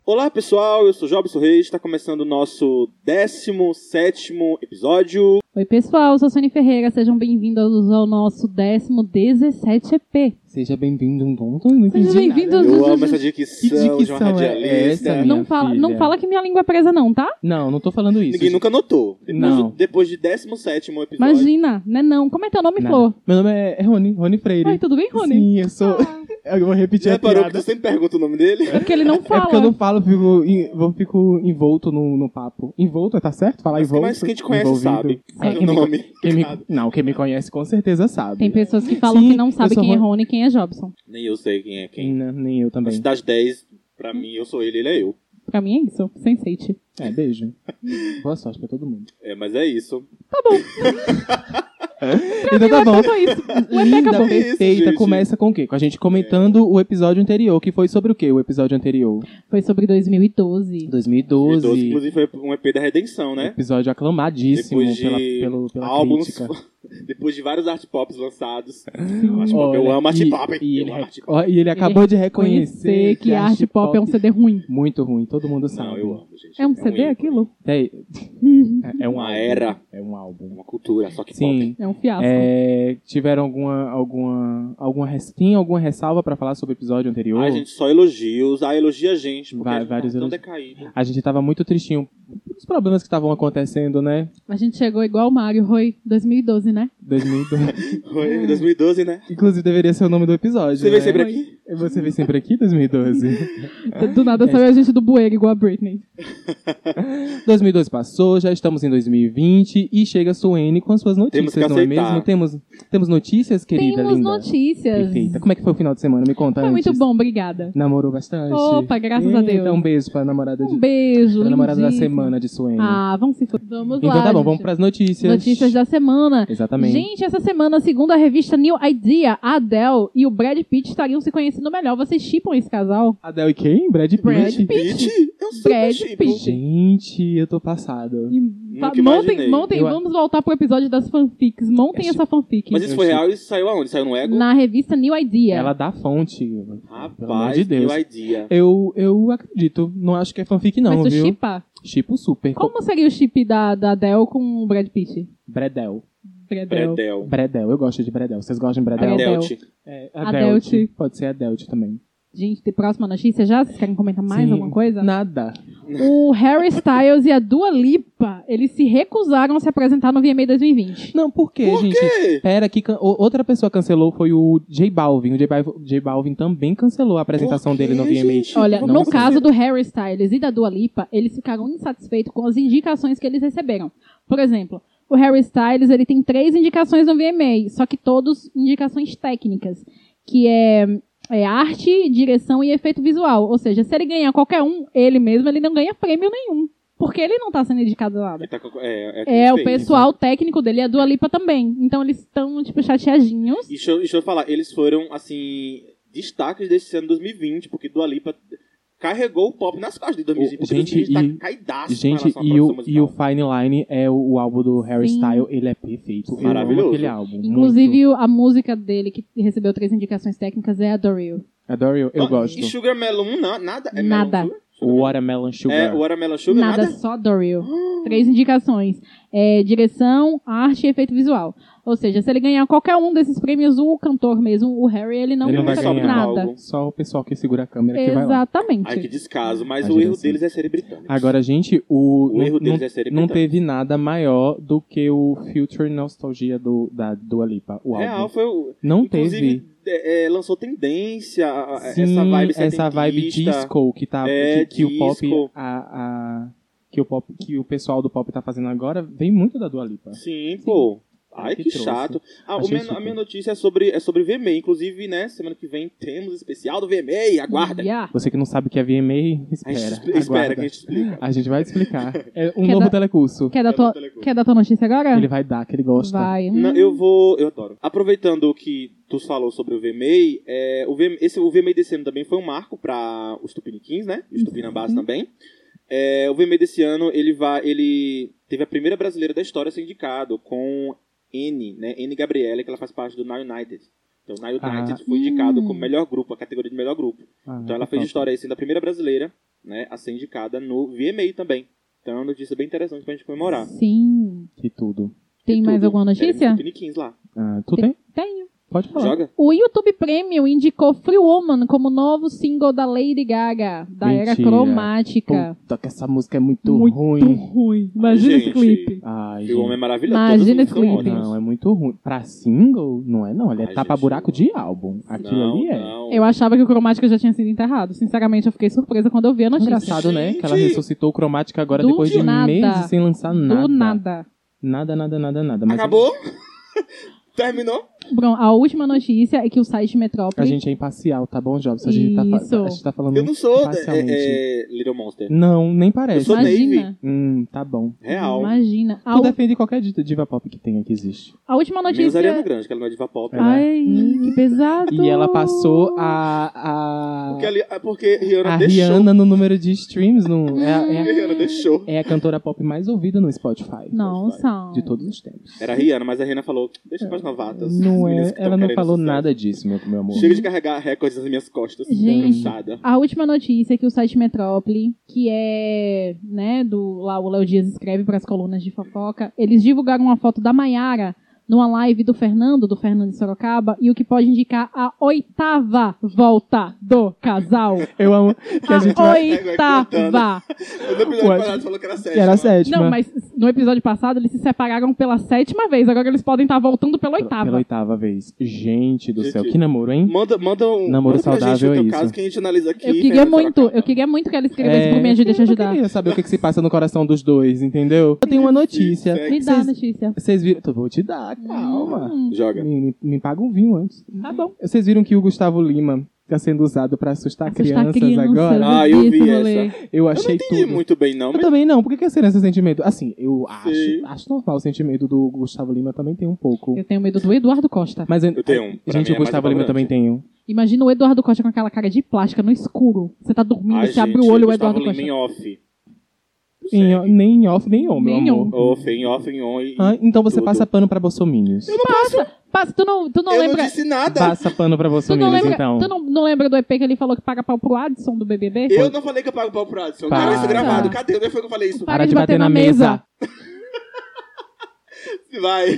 Olá pessoal, eu sou Jobson Reis, está começando o nosso 17º episódio. Oi pessoal, eu sou a Sônia Ferreira, sejam bem-vindos ao nosso 17º EP. Seja bem-vindo, não entendi Seja bem-vindo. Eu amo essa dicção de uma dicção é radialista. essa, Não fala que minha língua é presa não, tá? Não tô falando isso. Ninguém nunca notou. Não. Depois de 17º episódio. Imagina, né não. Como é teu nome, Nada. Flor? Meu nome é Rony Freire. Oi, tudo bem, Rony? Sim, eu sou... Eu vou repetir Já a reparou que piada. tu sempre pergunta o nome dele? É porque ele não É fala. porque eu não falo, fico envolto no papo. Envolto, tá certo? Falar envolto? Mas quem te conhece envolvido. sabe. É, o nome. Quem me conhece com certeza sabe. Tem pessoas que falam Sim, que não sabem eu sou quem é Rony. Rony e quem é Jobson. Nem eu sei quem é quem. Nem eu também. Mas das 10, pra mim, eu sou ele é eu. Pra mim é isso, Sense8. Beijo. Boa sorte pra todo mundo. Mas é isso. Tá bom. Então tá bom. Foi isso. O EP Linda, acabou. perfeita. gente. Começa com o quê? Com a gente comentando o episódio anterior, que foi sobre o quê? O episódio anterior? Foi sobre 2012. 2012. Inclusive foi um EP da Redenção, né? Episódio aclamadíssimo Depois de pela álbuns, crítica. depois de vários art pops lançados. Art pop, eu amo art pop, hein? E Eu ele, amo art pop. e ele acabou de reconhecer que Art Pop é um CD ruim. muito ruim, todo mundo sabe. Não, eu amo, gente. É um CD ícone. aquilo? É um Uma álbum. era. É um álbum. Uma cultura, só que pop. Sim. É um fiasco. Tiveram alguma ressalva pra falar sobre o episódio anterior? Ai, gente, só elogios. Elogia a gente, porque a gente Vários tá tão elogios. decaído. A gente tava muito tristinho os problemas que estavam acontecendo, né? A gente chegou igual o Mário, Roy, 2012, né? 2012. Foi 2012, né? Inclusive deveria ser o nome do episódio. Você vem né? sempre aqui? Você vem sempre aqui, 2012? Do nada saiu a gente do bueiro igual a Britney. 2012 passou, já estamos em 2020 e chega a Suene com as suas Temos notícias, que não é aceitar. mesmo? Temos notícias, querida, Temos linda? notícias. Perfeita. Como é que foi o final de semana? Me conta Foi antes. muito bom, obrigada. Namorou bastante? Opa, graças a Deus. Um beijo pra namorada Um beijo, pra namorada da lindíssimo. semana de Suene. Vamos se fuder. Vamos Então lá, tá bom, gente. vamos pras notícias. Notícias da semana. Exatamente. Gente, essa semana, segundo a revista New Idea, a Adele e o Brad Pitt estariam se conhecendo melhor. Vocês shippam esse casal? Adele e quem? Brad Pitt? Brad Pitt. Pitch? Eu super Brad chipo. Pitt. Gente, eu tô passado. Nunca imaginei. Montem, Eu- vamos voltar pro episódio das fanfics. Montem essa fanfic. Mas isso foi real e isso saiu aonde? Saiu no Ego? Na revista New Idea. Ela dá fonte. Pelo amor Rapaz, de Deus. new idea. Eu acredito. Não acho que é fanfic não, Mas tu viu? shippa? Chipo super. Como seria o chip da Adele com o Brad Pitt? Bredel. Bredel. Bredel, eu gosto de Bredel. Vocês gostam de Bredel? Adele. Adelt. Adelt. Pode ser Adelt também. Gente, tem próxima notícia já? Vocês querem comentar mais Sim. alguma coisa? Nada. O Harry Styles e a Dua Lipa, eles se recusaram a se apresentar no VMA 2020. Não, por quê, Por gente? quê? Pera, que outra pessoa cancelou foi o J Balvin. O J Balvin também cancelou a apresentação Por quê, dele no VMA. gente? Olha, Não no conseguiu. caso do Harry Styles e da Dua Lipa, eles ficaram insatisfeitos com as indicações que eles receberam. Por exemplo, o Harry Styles, ele tem 3 indicações no VMA, só que todas indicações técnicas, que é arte, direção e efeito visual. Ou seja, se ele ganhar qualquer um, ele mesmo, ele não ganha prêmio nenhum. Porque ele não tá sendo indicado a nada. Tá com- O pessoal técnico dele e a Dua Lipa também. Então eles estão, tipo, chateadinhos. E deixa eu falar, eles foram, assim, destaques desse ano 2020, porque Dua Lipa carregou o pop nas costas de 2020, porque Gente, 2020 tá caidaço com Gente, relação à e produção o musical. Fine Line é o álbum do Harry Sim. Styles. Ele é perfeito. Eu amo Maravilhoso. aquele álbum. Inclusive, a música dele, que recebeu 3 indicações técnicas, é Adore You. Adoro, eu Ah, gosto. E Sugar Melon, nada? É Nada. Melon Sugar? Watermelon Sugar. É, Watermelon Sugar, Nada, só Adore You. 3 indicações. Direção, arte e efeito visual. Ou seja, se ele ganhar qualquer um desses prêmios, o cantor mesmo, o Harry, ele não Ele não vai recebe ganhar nada. algo. Só o pessoal que segura a câmera que vai lá. Exatamente. Ai, que descaso, mas A o erro direção. deles é serem britânicos. Agora, gente, O erro deles é serem não britânicos. teve nada maior do que o Future Nostalgia da Dua Lipa, o álbum. Real, foi o... Não Inclusive, teve. lançou tendência, Sim, essa vibe disco que tá que o pop disco. que o pessoal do pop tá fazendo agora vem muito da Dua Lipa. Sim, pô. Ai, que trouxe. chato. Achei A super. minha notícia é sobre VMA. Inclusive, né, semana que vem temos especial do VMA. Aguarda. Yeah. Você que não sabe o que é VMA, A espera. gente espera aguarda. que a gente explica. A gente vai te explicar. É um Quer novo dar- telecurso. Quer dar tua notícia agora? Ele vai dar, que ele gosta. Vai. Não, eu adoro. Aproveitando o que tu falou sobre o VMA, o VMA desse ano também foi um marco para os Tupiniquins, né? Os Tupinambás também. O VMA desse ano, ele teve a primeira brasileira da história a ser indicado com N, né? N Gabriela, que ela faz parte do Now United. Então, Now United foi indicado como melhor grupo, a categoria de melhor grupo. Então, ela fez história aí, sendo a primeira brasileira né, a ser indicada no VMA também. Então é uma notícia bem interessante pra gente comemorar. Sim. Que tudo. Tem mais alguma notícia? Tupini 15 lá. Ah, tu tem? Tenho. Pode falar. Joga? O YouTube Premium indicou Free Woman como novo single da Lady Gaga, da era Mentira. cromática. Puta, que essa música é muito ruim. ruim. Imagina esse Gente, clipe. Ai, E o homem é gente. maravilhoso. Imagina Todas as esse músicas clipe. são ótimas. Não, é muito ruim. Pra single, não é não. Ele é Ai, tapa-buraco de álbum. Aquilo Não, ali é. não. Eu achava que o cromática já tinha sido enterrado. Sinceramente, eu fiquei surpresa quando eu vi a notícia. Engraçado, né? Que ela Gente. ressuscitou o cromática agora Do depois de nada. meses sem lançar nada. Do nada. Nada. Mas Acabou? Terminou? Bom, a última notícia é que o site Metrópole... a gente é imparcial, tá bom, Jobs? A gente Isso. a gente tá falando Eu não sou imparcialmente. Little Monster. Não, nem parece. Eu sou Imagina. Navy. Tá bom. Real. Imagina. Tu defende qualquer diva pop que tenha, que existe. A última Menos notícia... Ariana Grande, que ela não é diva pop. Ai, que pesado. E ela passou a Porque Rihanna a deixou. Rihanna no número de streams. Rihanna deixou. É a cantora pop mais ouvida no Spotify. Nossa. De todos os tempos. Era a Rihanna, mas a Rihanna falou, deixa pras novatas. Não as meninas é, que tão ela não querendo falou sucesso. nada disso, meu amor. Chega de carregar recordes nas minhas costas. Gente. Cansada. A última notícia é que o site Metrópole, que é, né, lá o Léo Dias escreve para as colunas de fofoca, eles divulgaram uma foto da Maiara numa live do Fernando de Sorocaba, e o que pode indicar a 8ª volta do casal. Eu amo que a gente vai... 8ª! No episódio passado falou que era Que era a sétima. Não, mas no episódio passado eles se separaram pela 7ª vez, agora eles podem estar voltando pela 8ª. Pela 8ª vez. Gente do céu, Gente, que namoro, hein? Manda Namoro pra gente saudável o teu é caso isso. que a gente analisa aqui. Eu queria muito que ela escrevesse por mim, ajude a te ajudar. Eu queria saber o que se passa no coração dos dois, entendeu? Eu tenho uma notícia. Me dá a notícia. Vocês viram... Eu vou te dar, calma. Joga. Me paga um vinho antes. Tá bom. Vocês viram que o Gustavo Lima tá sendo usado pra assustar crianças crianças, agora? Ah, eu vi rolê. essa. Eu Eu não achei entendi tudo. muito bem, não. Eu Mas também não. Por que é esse sentimento? Assim, eu Sim. acho normal o sentimento do Gustavo Lima. Também tem um pouco. Eu tenho medo do Eduardo Costa. Mas eu tenho um. Pra gente, mim o é Gustavo mais Lima também apavorante. tem um. Imagina o Eduardo Costa com aquela cara de plástica no escuro. Você tá dormindo, Ai, você abre gente, o olho, o Gustavo Eduardo Lima Costa. em off. Nem em off, nem on, meu Nem amor. on. Off, em off, em on. E Então você tudo. passa pano pra bolsominions. Passa, tu não Eu lembra... não disse nada. Passa pano pra Tu não bolsominions, lembra, então. tu não lembra do EP que ele falou que paga pau pro Adson do BBB? Eu não falei que eu pago pau pro Adson. Para. Cara, isso gravado. Cadê? Onde foi que eu falei isso? Para de bater na mesa. Vai.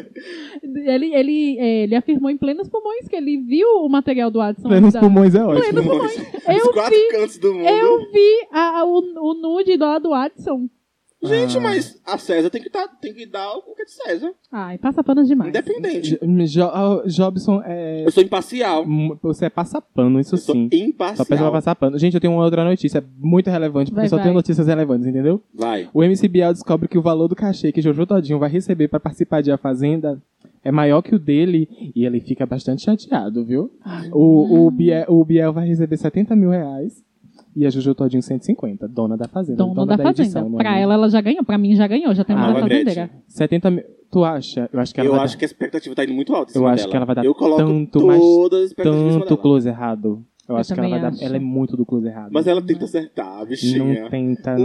Ele afirmou em plenos pulmões que ele viu o material do Adson. Plenos da- pulmões é ótimo. Plenos pulmões. Os Eu 4 vi, cantos do mundo. eu vi o nude lá do Adson. Gente, mas a César tem que dar o que é de César. Ai, passa panos demais. Independente. Jobson é... Eu sou imparcial. Você é passapano, isso Eu sou sim. imparcial. Só pensa pra passar pano. Gente, eu tenho uma outra notícia muito relevante, porque Vai, eu só vai. tenho notícias relevantes, entendeu? Vai. O MC Biel descobre que o valor do cachê que Jojo Todinho vai receber pra participar de A Fazenda é maior que o dele, e ele fica bastante chateado, viu? O Biel vai receber 70 mil reais e a Jojo Todinho 150, dona da Fazenda. Dona da Fazenda. edição, não é Pra mesmo? ela já ganhou. Pra mim já ganhou. Já tem Ah, uma da vai, Gretchen. fazendeira. 70 mil... Tu acha? Eu acho que ela Eu vai acho que a expectativa tá indo muito alta em Eu cima acho dela. que ela vai dar Eu coloco tanto, mas todas as expectativas em cima tanto dela. close errado. Eu acho que ela também vai dar... acho. Ela é muito do close errado. Mas ela tenta acertar, a bichinha. Não tenta...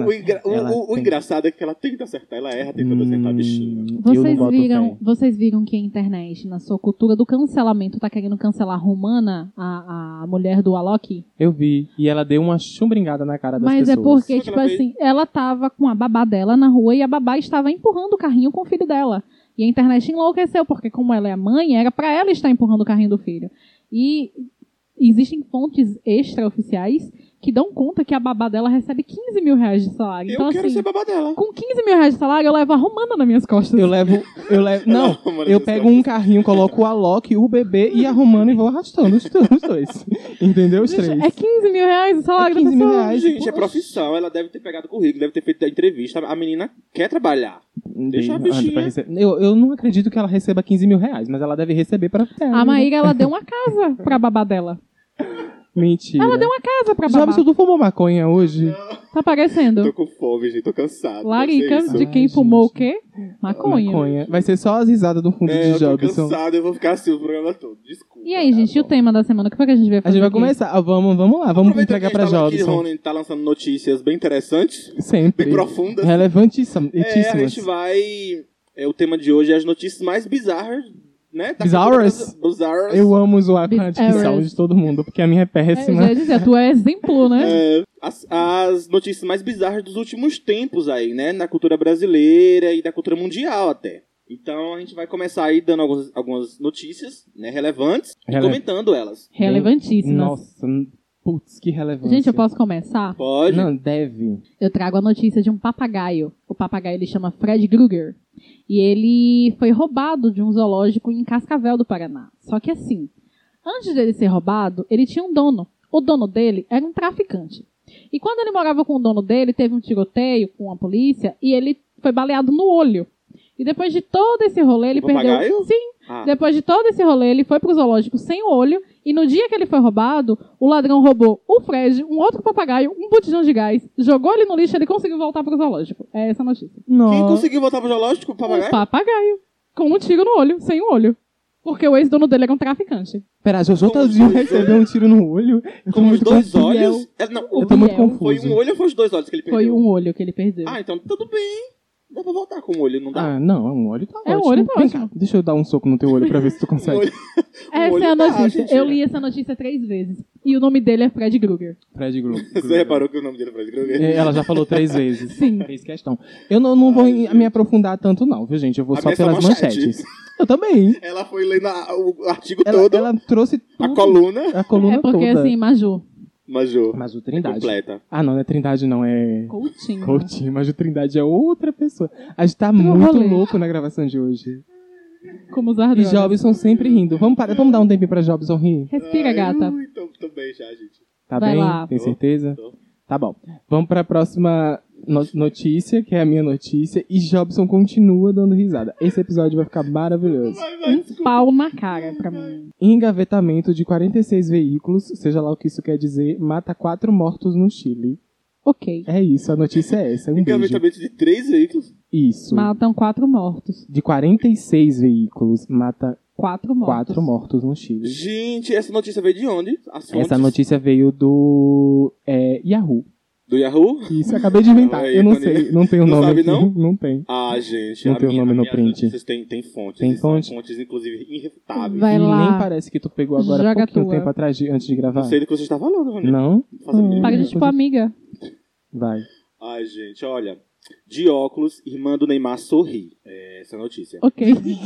O engraçado é que ela tenta acertar, ela erra tentando acertar a bichinha. Eu não boto Vocês viram que a internet, na sua cultura do cancelamento, tá querendo cancelar a Romana, a mulher do Alok? Eu vi. E ela deu uma chumbringada na cara das Mas pessoas. é porque, Foi que tipo ela fez? assim, ela tava com a babá dela na rua e a babá estava empurrando o carrinho com o filho dela. E a internet enlouqueceu, porque como ela é a mãe, era pra ela estar empurrando o carrinho do filho. E existem fontes extraoficiais que dão conta que a babá dela recebe 15 mil reais de salário. Então, Eu quero assim, ser babá dela. com 15 mil reais de salário, eu levo a Romana nas minhas costas. Eu levo... Não, eu pego um carrinho, coloco o Alok, o bebê e a Romana e vou arrastando os dois. Entendeu? Os três. É 15 mil reais o salário É 15 da mil pessoa. reais. Gente, é profissão, ela deve ter pegado o currículo, deve ter feito a entrevista. A menina quer trabalhar. Deixa a bichinha. Eu não acredito que ela receba 15 mil reais, mas ela deve receber pra... A Maíra, ela deu uma casa pra babá dela. Mentira. Ela deu uma casa pra babá. Jobson, tu fumou maconha hoje? Tá parecendo. Tô com fome, gente, tô cansado. Larica Deve ser de isso. quem Ai, fumou gente. o quê? Maconha. Vai ser só as risadas do fundo de Eu tô Jobson. cansado, eu vou ficar assim o programa todo. Desculpa. E aí, gente, e o tema da semana? O que foi que a gente veio A fazer gente vai aqui? começar. Vamos lá, vamos entregar pra Que Jobson. Ronen tá lançando notícias bem interessantes, Sempre. bem profundas. Relevantíssimas. A gente vai... o tema de hoje é as notícias mais bizarras, né? Bizarros. Bizarros. Eu amo zoar com a dicção Bizarros. de todo mundo, porque a minha é péssima. Já ia dizer, tu é exemplo, né? As notícias mais bizarras dos últimos tempos aí, né? Na cultura brasileira e da cultura mundial até. Então a gente vai começar aí dando algumas notícias, né, relevantes e comentando elas. Relevantíssimas. Nossa, putz, que relevância. Gente, eu posso começar? Pode? Não, deve. Eu trago a notícia de um papagaio. O papagaio ele chama Fred Krueger. E ele foi roubado de um zoológico em Cascavel do Paraná. Só que assim, antes dele ser roubado, ele tinha um dono. O dono dele era um traficante. E quando ele morava com o dono dele, teve um tiroteio com a polícia e ele foi baleado no olho. E depois de todo esse rolê, ele perdeu... Papagaio? Sim. Ah. Depois de todo esse rolê, ele foi pro zoológico sem o olho. E no dia que ele foi roubado, o ladrão roubou o Fred, um outro papagaio, um botijão de gás, jogou ele no lixo e ele conseguiu voltar pro zoológico. É essa a notícia. Quem Nossa. conseguiu voltar pro zoológico? O papagaio? Um papagaio. Com um tiro no olho, sem o olho. Porque o ex-dono dele era um traficante. Pera, a Jojo Com os Todinho dois recebeu um tiro no olho. Eu tô Com os muito dois confuso. olhos? Não, Eu tô muito Biel. confuso. foi um olho ou foi os dois olhos que ele perdeu? Foi um olho que ele perdeu. Ah, então tudo bem. Dá pra voltar com o olho, não dá? Ah, não, um olho tá É, um ótimo. olho tá Vem ótimo. cá, deixa eu dar um soco no teu olho pra ver se tu Um consegue. olho- Essa olho é a dá, notícia. gente. Eu li essa notícia 3 vezes. E o nome dele é Fred Krueger. Fred Krueger. Você reparou que o nome dele é Fred Krueger? Ela já falou 3 vezes. Sim. Fez questão. Eu não vou me aprofundar tanto não, viu, gente? Eu vou A só minha é só pelas manchete. manchetes. Eu também. Ela foi lendo o artigo todo, Ela trouxe tudo. a coluna, A coluna É porque, toda. assim, Maju. Major. Mas o Trindade. Completa. Ah, não é Trindade, não. É Coutinho. Coutinho. Mas o Trindade é outra pessoa. A gente tá Pro muito rolê. louco na gravação de hoje. Como usar E drogas. Jobson sempre rindo. Vamos dar um tempinho pra Jobson rir? Respira, gata. Tô bem já, gente. Tá Vai bem? lá. Tem certeza? Tô. Tá bom. Vamos pra próxima notícia, que é a minha notícia. E Jobson continua dando risada. Esse episódio vai ficar maravilhoso. Um pau na cara pra mim. Engavetamento de 46 veículos, seja lá o que isso quer dizer, mata 4 mortos no Chile. Ok. É isso, a notícia é essa. Um beijo. Engavetamento de 3 veículos. Isso. Matam 4 mortos. De 46 veículos, mata 4 mortos. 4 mortos no Chile. Gente, essa notícia veio de onde? As fontes Essa notícia veio do Yahoo. do Yahoo? Isso, eu acabei de inventar. Aí, Eu não quando- sei, não tem o Não nome sabe, aqui. não? Não tem. Ah, gente. Não tem o nome no minhas print. notícias tem fontes. Tem e são fonte? fontes, inclusive, irrefutáveis. Vai E lá. nem parece que tu pegou agora há Joga pouquinho tua. tempo atrás, antes de gravar. Não sei do que você está falando, Rony. Não? Não faço a mínima Para ideia. de tipo amiga. Vai. Ai, gente, olha. De óculos, irmã do Neymar sorri. É essa a notícia. Ok.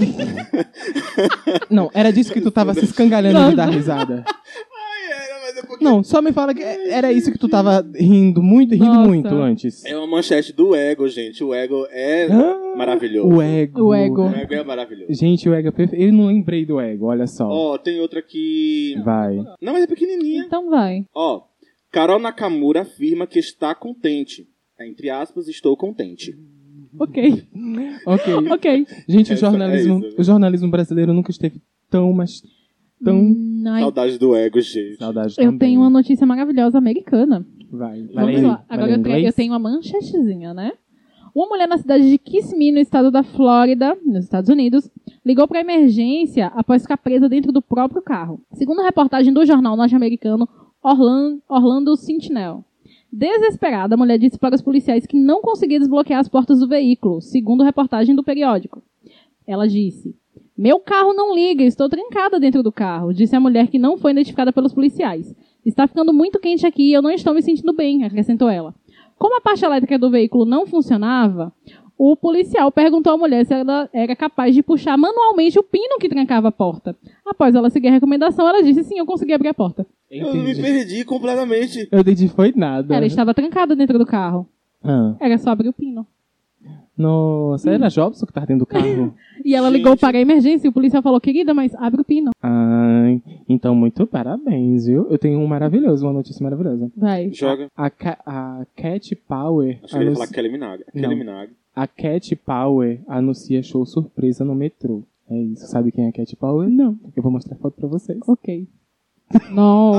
Não, era disso que tu tava se escangalhando de dar risada. Ai, mas é porque... Não, só me fala que era isso que tu tava rindo muito Nossa. antes. É uma manchete do Ego, gente. O Ego é Ah, maravilhoso. O ego. O ego. O Ego é maravilhoso. Gente, o ego é perfeito. Eu não lembrei do ego, olha só. Ó, tem outra aqui... Vai. Não, mas é pequenininha. Então vai. Ó, Carol Nakamura afirma que está contente. Entre aspas, estou contente. Ok. Ok. Ok. Gente, Essa- é isso. o jornalismo brasileiro nunca esteve tão, mas tão... Ai, Saudade do Ego, gente. Saudade eu também. tenho uma notícia maravilhosa americana. Vai. Vamos lá. Agora eu tenho uma manchetezinha, né? Uma mulher na cidade de Kissimmee, no estado da Flórida, nos Estados Unidos, ligou para emergência após ficar presa dentro do próprio carro. Segundo a reportagem do jornal norte-americano Orlando Sentinel. Desesperada, a mulher disse para os policiais que não conseguia desbloquear as portas do veículo, segundo a reportagem do periódico. Ela disse: "Meu carro não liga, estou trancada dentro do carro", disse a mulher que não foi identificada pelos policiais. "Está ficando muito quente aqui e eu não estou me sentindo bem", acrescentou ela. Como a parte elétrica do veículo não funcionava, o policial perguntou à mulher se ela era capaz de puxar manualmente o pino que trancava a porta. Após ela seguir a recomendação, ela disse: "Sim, eu consegui abrir a porta". Eu me perdi completamente. Eu entendi, foi nada. Ela estava trancada dentro do carro. Ah. Era só abrir o pino. Nossa, era Jobson que tava dentro do carro? E ela Gente. ligou para a emergência e o policial falou: "Querida, mas abre o pino". Ai, então muito parabéns, viu? Eu tenho um maravilhoso, uma notícia maravilhosa. Vai. Joga. A Cat Power... Acho que ele ia falar Kelly Minag. Não. Kelly Minag. A Cat Power anuncia show surpresa no metrô. É isso. Sabe quem é a Cat Power? Não. Eu vou mostrar a foto pra vocês. Ok. Não.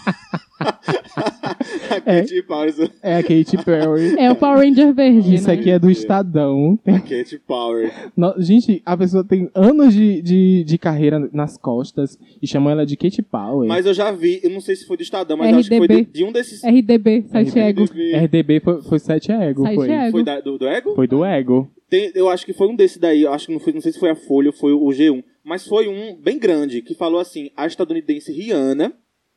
A Katy Power. É a Katy Perry. É o Power Ranger verde, Isso né? aqui é do Estadão. A Katy Power. Gente, a pessoa tem anos de carreira nas costas e chamam ela de Katy Power. Mas eu já vi, eu não sei se foi do Estadão, mas eu acho que foi RDB. de um desses... RDB, site ego. RDB foi 7 Ego, Site foi. ego. Foi do Ego? Foi do Ego. Eu acho que foi um desse daí, eu acho que não sei se foi a Folha ou foi o G1, mas foi um bem grande, que falou assim, a estadunidense Rihanna,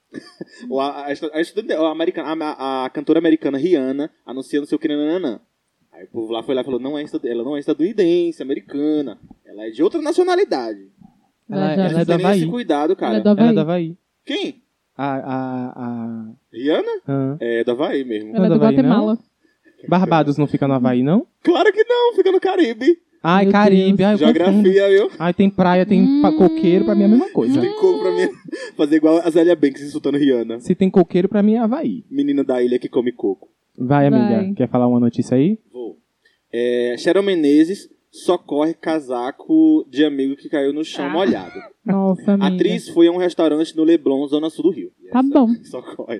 a cantora americana Rihanna, anuncia não sei o que, nananã. Aí o povo lá foi lá e falou, ela não é estadunidense, americana, ela é de outra nacionalidade. Ela é Não do tem nem esse Havaí. cuidado, cara. Ela é do Havaí. Quem? A... Rihanna? É do Havaí mesmo. Ela é do Havaí, Guatemala. Barbados não fica no Havaí, não? Claro que não, fica no Caribe. Ai, Meu Caribe. Deus. Ai, eu confundo. Geografia, viu? Ai, tem praia, tem coqueiro, pra mim é a mesma coisa. Tem como pra mim fazer igual a Zélia Banks insultando Rihanna. Se tem coqueiro, pra mim é Havaí. Menina da ilha que come coco. Vai, amiga. Vai. Quer falar uma notícia aí? Vou. Sharon Menezes socorre casaco de amigo que caiu no chão molhado. Nossa, amiga. A atriz foi a um restaurante no Leblon, zona sul do Rio. Tá bom. Socorre.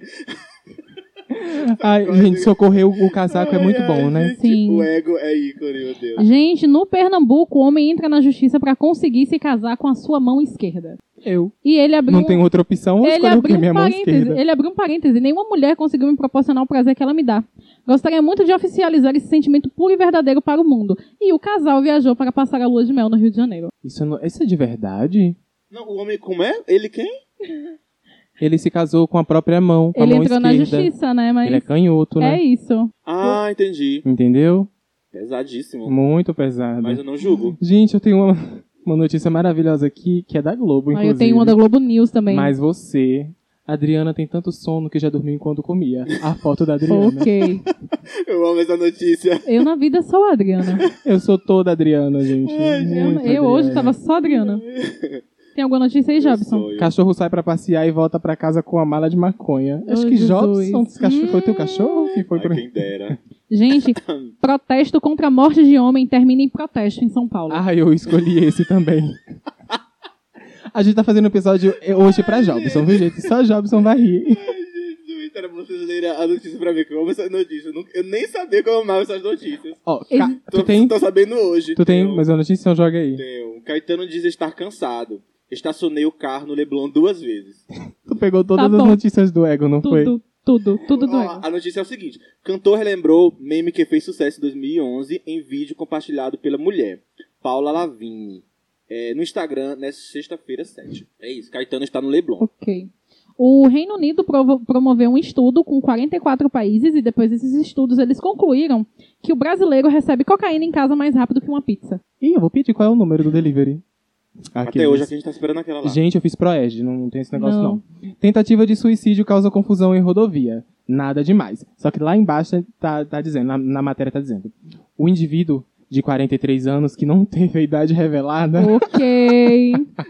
Ai, gente, socorrer o casaco é muito bom, né? Gente, Sim. O ego é ícone, meu Deus. Gente, no Pernambuco, o homem entra na justiça pra conseguir se casar com a sua mão esquerda. E ele abriu Não tem outra opção, eu Ele escolho o quê? abriu Minha um mão parêntese. esquerda. Ele abriu um parêntese. Nenhuma mulher conseguiu me proporcionar o prazer que ela me dá. Gostaria muito de oficializar esse sentimento puro e verdadeiro para o mundo. E o casal viajou para passar a lua de mel no Rio de Janeiro. Isso é de verdade? Não, o homem como é? Ele quem? Ele se casou com a própria mão, com Ele a mão entrou esquerda. na justiça, né? Mas Ele é canhoto, né? é isso. Ah, entendi. Entendeu? Pesadíssimo. Muito pesado. Mas eu não julgo. Gente, eu tenho uma notícia maravilhosa aqui, que é da Globo, Aí inclusive. eu tenho uma da Globo News também. Mas você, Adriana, tem tanto sono que já dormiu enquanto comia. A foto da Adriana. Ok. Eu amo essa notícia. Eu na vida sou a Adriana. Eu sou toda Adriana, gente. Muito Eu hoje Adriana. tava só Adriana. Tem alguma notícia aí, Jobson? Sonho. Cachorro sai pra passear e volta pra casa com a mala de maconha. Acho Oh, que Jesus. Jobson, foi teu cachorro que foi Ai, pro... quem dera. Gente, protesto contra a morte de homem termina em protesto em São Paulo. Ah, eu escolhi esse também. A gente tá fazendo um episódio hoje pra Jobson, viu, gente? Só Jobson vai rir. Jesus, era pra vocês lerem a notícia pra mim, que eu amo essa notícia. Eu nem sabia que eu amava essas notícias. Ó, Esse- Tô sabendo hoje. Tu tem Tenho. mais uma notícia? Então joga aí. Tenho. Caetano diz estar cansado. Estacionei o carro no Leblon 2 vezes. Tu pegou todas Tá as bom. notícias do Ego, não foi? Tudo do Ó, ego. a notícia é o seguinte. Cantor relembrou meme que fez sucesso em 2011 em vídeo compartilhado pela mulher, Paula Lavigne, no Instagram, nesta sexta-feira 7. É isso, Caetano está no Leblon. Ok. O Reino Unido promoveu um estudo com 44 países e depois desses estudos eles concluíram que o brasileiro recebe cocaína em casa mais rápido que uma pizza. Ih, eu vou pedir qual é o número do delivery. Até hoje aqui a gente tá esperando aquela lá. Gente, eu fiz Proed, não tem esse negócio Não. não. Tentativa de suicídio causa confusão em rodovia. Nada demais. Só que lá embaixo tá dizendo, na matéria tá dizendo. O indivíduo de 43 anos que não teve a idade revelada. Ok.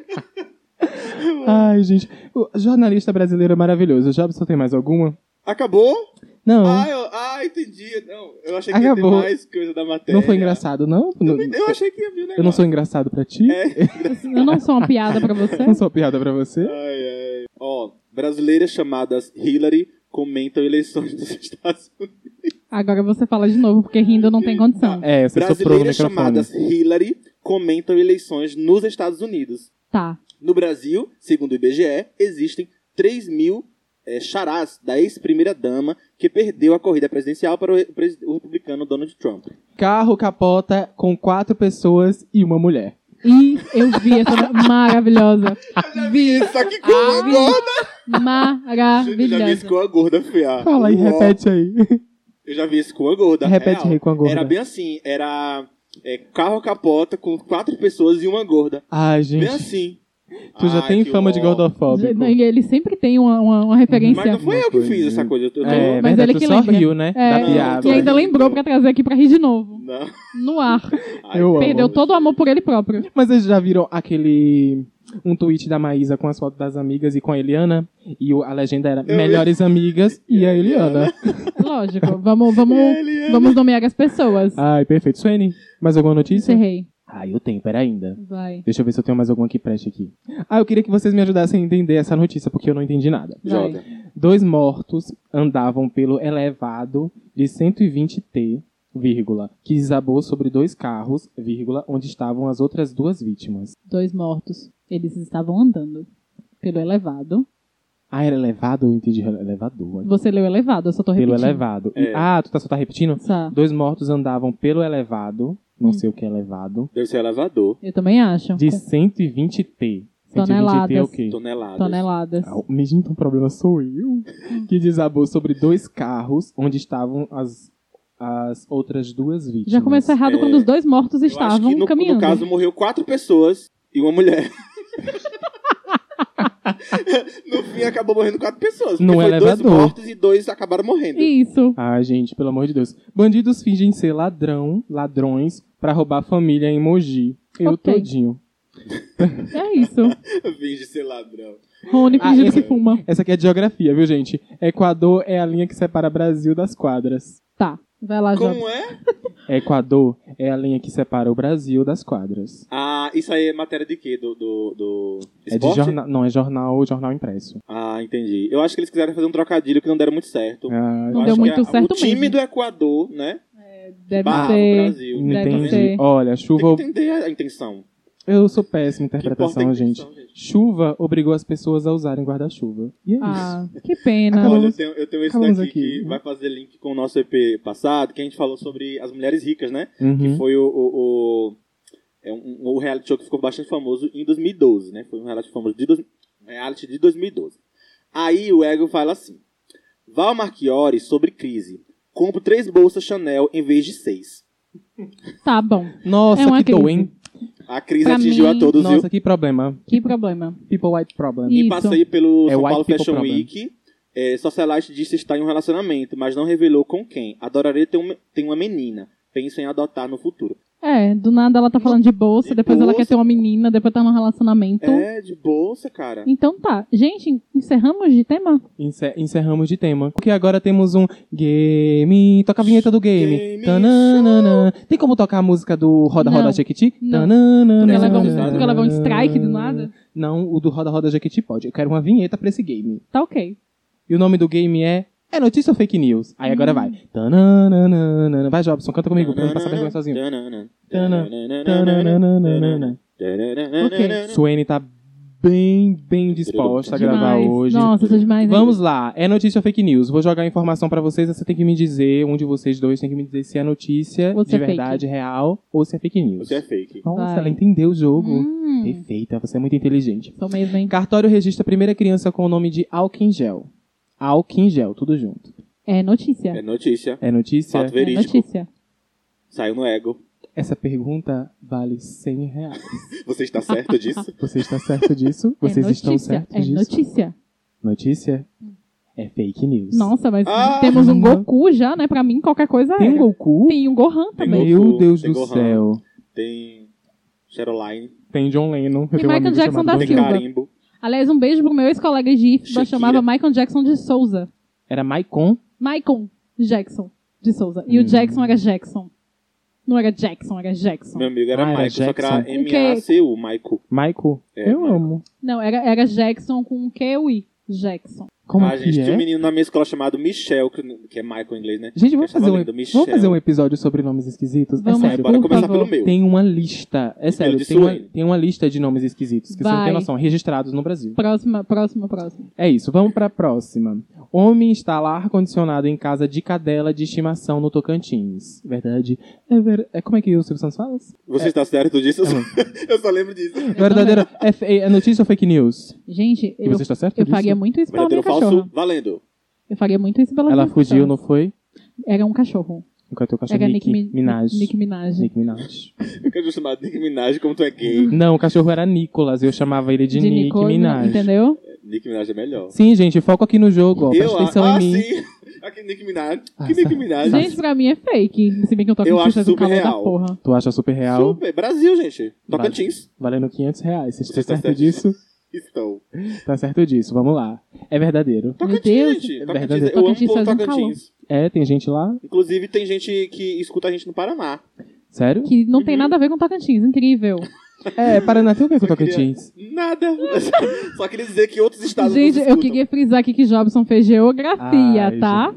Ai, gente. O jornalista brasileiro é maravilhoso. O Jobson tem mais alguma? Acabou? Não. Entendi. Não, eu achei que ia Acabou. ter mais coisa da matéria. Não foi engraçado, não? Eu achei que ia vir o negócio. Eu não sou engraçado pra ti? Eu não sou uma piada pra você. Não sou piada pra você? Ai. Ó, brasileiras chamadas Hillary comentam eleições dos Estados Unidos. Agora você fala de novo, porque rindo não tem condição. É, você soprou no Brasileiras microfone. chamadas Hillary comentam eleições nos Estados Unidos. Tá. No Brasil, segundo o IBGE, existem 3 mil charás da ex-primeira-dama que perdeu a corrida presidencial para o republicano Donald Trump. Carro capota com 4 pessoas e uma mulher. E eu vi essa maravilhosa. Vi. Isso aqui com a gorda! Eu já vi Maravilhosa. isso com a gorda, fia. Fala aí, Uó. repete aí. Eu já vi isso com a gorda. Repete real. aí com a gorda. Era bem assim, era carro capota com 4 pessoas e uma gorda. Ai, Bem gente. assim. Tu já Ai, tem que fama de ó. gordofóbico. Ele sempre tem uma referência. Mas não foi eu que fiz essa coisa. Eu tô... É, Mas verdade, ele tu que só lembra. riu, né? É, Da piada. e ainda lembrou pra trazer aqui pra rir de novo. Não. No ar. Ai, Eu amo. Perdeu todo o amor por ele próprio. Mas vocês já viram um tweet da Maísa com as fotos das amigas e com a Eliana? E a legenda era melhores amigas e a Eliana. Lógico. Vamos nomear as pessoas. Ai, perfeito. Suene, mais alguma notícia? Encerrei. Ah, eu tenho, pera ainda. Vai. Deixa eu ver se eu tenho mais alguma que preste aqui. Ah, eu queria que vocês me ajudassem a entender essa notícia, porque eu não entendi nada. Vai. Joga. 2 mortos andavam pelo elevado de 120T, vírgula, que desabou sobre 2 carros, vírgula, onde estavam as outras 2 vítimas. 2 mortos. Eles estavam andando pelo elevado. Ah, era elevado? Eu entendi elevador. Você leu elevado, eu só tô repetindo. Pelo elevado. É. Tu só tá repetindo? Tá. 2 mortos andavam pelo elevado, não sei o que é elevado, Deve ser elevador. Eu também acho. de 120T. 120T é o Toneladas. quê? Toneladas. Toneladas. Mas então o problema sou eu. Que desabou sobre 2 carros onde estavam as outras 2 vítimas. Já começou errado quando os 2 mortos Eu acho estavam que no caminhando. caso morreu 4 pessoas e uma mulher. No fim acabou morrendo 4 pessoas. No Foi 2 elevador. mortos e 2 acabaram morrendo. Isso. Ah, gente, pelo amor de Deus. Bandidos fingem ser ladrões pra roubar a família em Mogi. Eu Ok. todinho. É isso. Finge ser ladrão. Rony fingindo esse- que fuma. Essa aqui é de geografia, viu, gente? Equador é a linha que separa Brasil das quadras. Tá. Vai lá, Jobs. Como é? Equador é a linha que separa o Brasil das quadras. Ah, isso aí é matéria de quê? Do É de esporte? jornal, não, é jornal impresso. Ah, entendi. Eu acho que eles quiseram fazer um trocadilho que não deram muito certo. Ah, Não Eu deu acho muito que certo o time mesmo. do Equador, né? Deve barra o ser. Brasil. Deve entendi. ser. Olha, Tem chuva. que entender a intenção. Eu sou péssimo em Que importa interpretação, a gente. intenção, gente. Chuva obrigou as pessoas a usarem guarda-chuva. E é isso. Ah, que pena. Acabamos- Olha, eu tenho esse acabamos daqui aqui. que vai fazer link com o nosso EP passado, que a gente falou sobre as mulheres ricas, né? Uhum. Que foi o reality show que ficou bastante famoso em 2012, né? Foi um reality famoso reality de 2012. Aí o Ego fala assim: Val Marchiori sobre crise. Compro 3 bolsas Chanel em vez de 6. Tá bom. Nossa, É uma que dor, crise. hein? A crise Pra atingiu mim- a todos, Nossa, viu? que problema. Que problema. People white problem. Ih. E Isso. passei pelo É São white Paulo people Fashion problem. Week. Socialite disse estar em um relacionamento, mas não revelou com quem. Adoraria ter uma menina. Penso em adotar no futuro. É, do nada ela tá falando de bolsa, De depois ela bolsa. quer ter uma menina, depois tá num relacionamento. É, de bolsa, cara. Então tá. Gente, encerramos de tema? Encerramos de tema. Porque agora temos um game. Toca a vinheta do game. Game Tananana. Tem como tocar a música do Roda Não. Roda Jequiti? Não. Tananana. Tu quer levar levar um strike do nada? Não, o do Roda Roda Jequiti pode. Eu quero uma vinheta pra esse game. Tá ok. E o nome do game é notícia ou fake news? Aí agora vai. Tananana. Vai, Jobson, canta comigo pra eu não passar vergonha sozinho. Tananana. Ok. Suene tá bem disposta a gravar Demais. hoje. Nossa, eu tô demais. Vamos lá, é notícia ou fake news? Vou jogar a informação pra vocês, você tem que me dizer, um de vocês dois tem que me dizer se é notícia Ou se de é fake. verdade, real, ou se é fake news. Você é fake. Nossa, Vai. ela entendeu o jogo. Perfeita, você é muito inteligente. Sou mesmo, hein? Cartório registra a primeira criança com o nome de Alquingel. Alquingel, tudo junto. É notícia. É notícia. É notícia? Fato É verídico. notícia. Saiu no Ego. Essa pergunta vale R$100. Você está certo disso? Você está certo disso? Vocês é estão notícia. certos É disso? notícia. Notícia? É fake news. Nossa, mas Ah! temos um Goku já, né? Pra mim, qualquer coisa Tem é. um Goku? Tem um Gohan também. Goku, Meu Deus tem do Gohan. céu. Tem Cheroline. Tem John Lennon. Eu tenho um Michael amigo Jackson chamado da John Tem Silva. Lennon. Carimbo. Aliás, um beijo pro meu ex-colega de IFBA, Shakira. chamava Michael Jackson de Souza. Era Maicon? Michael Jackson de Souza. E o Jackson era Jackson. Não era Jackson, era Jackson. Meu amigo era Ah, era Michael, só que era Jackson. M-A-C-U, Michael. Michael? É, Eu Michael. amo. Não, era Jackson com Q-U-I. Jackson. Como Ah, que gente, é? tinha um menino na minha escola chamado Michel, que é Michael em inglês, né? Gente, Eu vamos achava fazer, lindo, Michel. vamos fazer um episódio sobre nomes esquisitos? Vamos. É sério. Bora por começar favor. pelo meu. Tem uma lista. É sério, de tem uma, Suene. tem uma lista de nomes esquisitos que você não Vai. tem noção, registrados no Brasil. Próxima. É isso, vamos pra próxima. Homem instala ar-condicionado em casa de cadela de estimação no Tocantins. Verdade? Como é que o Silvio Santos fala? Você está certo disso? Eu só lembro disso. Verdadeiro. É notícia ou fake news? Gente, E você está certo eu disso? faria muito isso pela minha Verdadeiro ou cachorra. falso? Valendo. Eu faria muito isso pela Ela minha fugiu, cachorra. não foi? Era um cachorro. Nunca teu cachorro Era Nicki Minaj. Nicki Minaj. Nicki Minaj. Eu quero chamar Nicki Minaj como tu é gay. Não, o cachorro era Nicolas, eu chamava ele de Nicki Nicole, Minaj. entendeu? Nicki Minaj é melhor. Sim, gente, foco aqui no jogo, ó. Presta atenção em mim. Sim. Aqui Nicki Minaj. Ah, Que Nicki Minaj. Gente, pra mim é fake. Se bem que eu tô Eu com acho certeza do super calor da real. porra. Tu acha super real? Super. Brasil, gente. Tocantins. Valendo R$500. Você está Você está certo certo disso? Estou. Tá certo disso, vamos lá. É verdadeiro. Tocantins, Deus. gente. É Tocantins. verdadeiro. Eu amo o Tocantins povo faz um Tocantins. É, tem gente lá? Inclusive, tem gente que escuta a gente no Paraná. Sério? Que não tem nada a ver com Tocantins. Incrível. É, Paraná tem o que com Eu queria- Tocantins? Nada. Só queria dizer que outros estados Gente, nos eu escutam. queria frisar aqui que Jobson fez geografia, Ai, tá?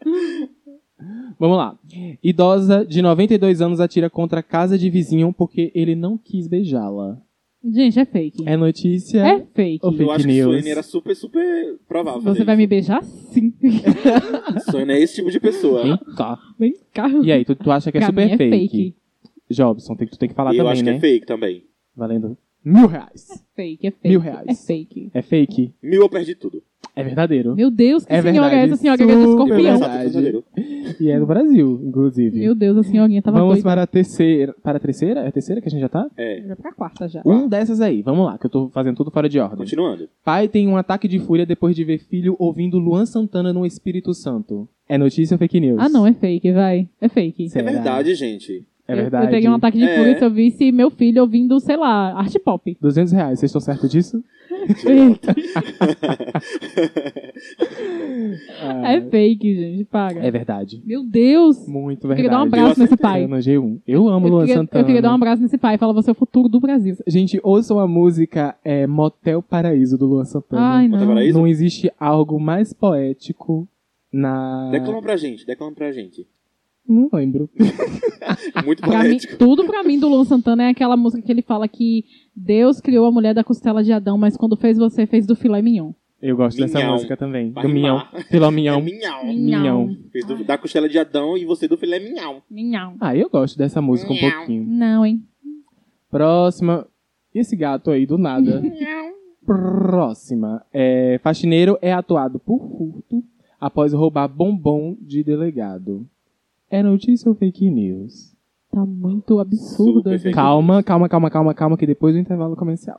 Vamos lá. Idosa de 92 anos atira contra a casa de vizinho porque ele não quis beijá-la. Gente, é fake. É notícia É fake. ou Eu fake acho que news? Suene era super, super provável. Você vai me beijar? Sim. Suene é esse tipo de pessoa. Vem cá. Vem cá. E aí, tu acha que é Pra super mim é fake. Jobson, tu tem que falar E eu também, acho que né? é fake também. Valendo R$1.000. Fake, é fake. R$1.000. É fake. É fake? 1.000 eu perdi tudo. É verdadeiro. Meu Deus, que É senhora verdade, é essa? Senhora que é do super escorpião. verdade. E é do Brasil, inclusive. Meu Deus, a senhorinha tava Vamos doida. para a terceira. Para a terceira? É a terceira que a gente já tá? É, Já pra quarta já. Um dessas aí, vamos lá, que eu tô fazendo tudo fora de ordem. continuando. Pai tem um ataque de fúria depois de ver filho ouvindo Luan Santana no Espírito Santo. É notícia ou fake news? Ah, não, é fake, vai. É fake. É Será? verdade, gente. É verdade. Eu peguei um ataque de É. fúria se eu visse meu filho ouvindo, sei lá, arte pop. R$200, vocês estão certos disso? É fake, gente, paga. É verdade. Meu Deus. Muito Eu verdade. queria dar um abraço nesse pai. Eu nojei um. Eu amo Luan Santana. Eu queria dar um abraço nesse pai. Fala, você é o futuro do Brasil. Gente, ouçam a música Motel Paraíso do Luan Santana. Ai, Motel não. Paraíso? Não existe algo mais poético na... Declama pra gente. Não lembro. Muito Pra mim, poético. tudo pra mim do Luan Santana é aquela música que ele fala que Deus criou a mulher da costela de Adão, mas quando fez você, fez do filé mignon. Eu gosto dessa Minhão. música também. Vai Do Minhão. rimar. Filó É Minhão. minhão. Minhão. Fez da costela de Adão e você do filé minhão. Minhão. Ah, eu gosto dessa música um Minhão. pouquinho. Não, hein? Próxima. E esse gato aí, do nada. Próxima. Faxineiro é atuado por furto após roubar bombom de delegado. É notícia ou fake news? Tá muito absurdo. Super esse- fake. Calma, que depois do intervalo comercial.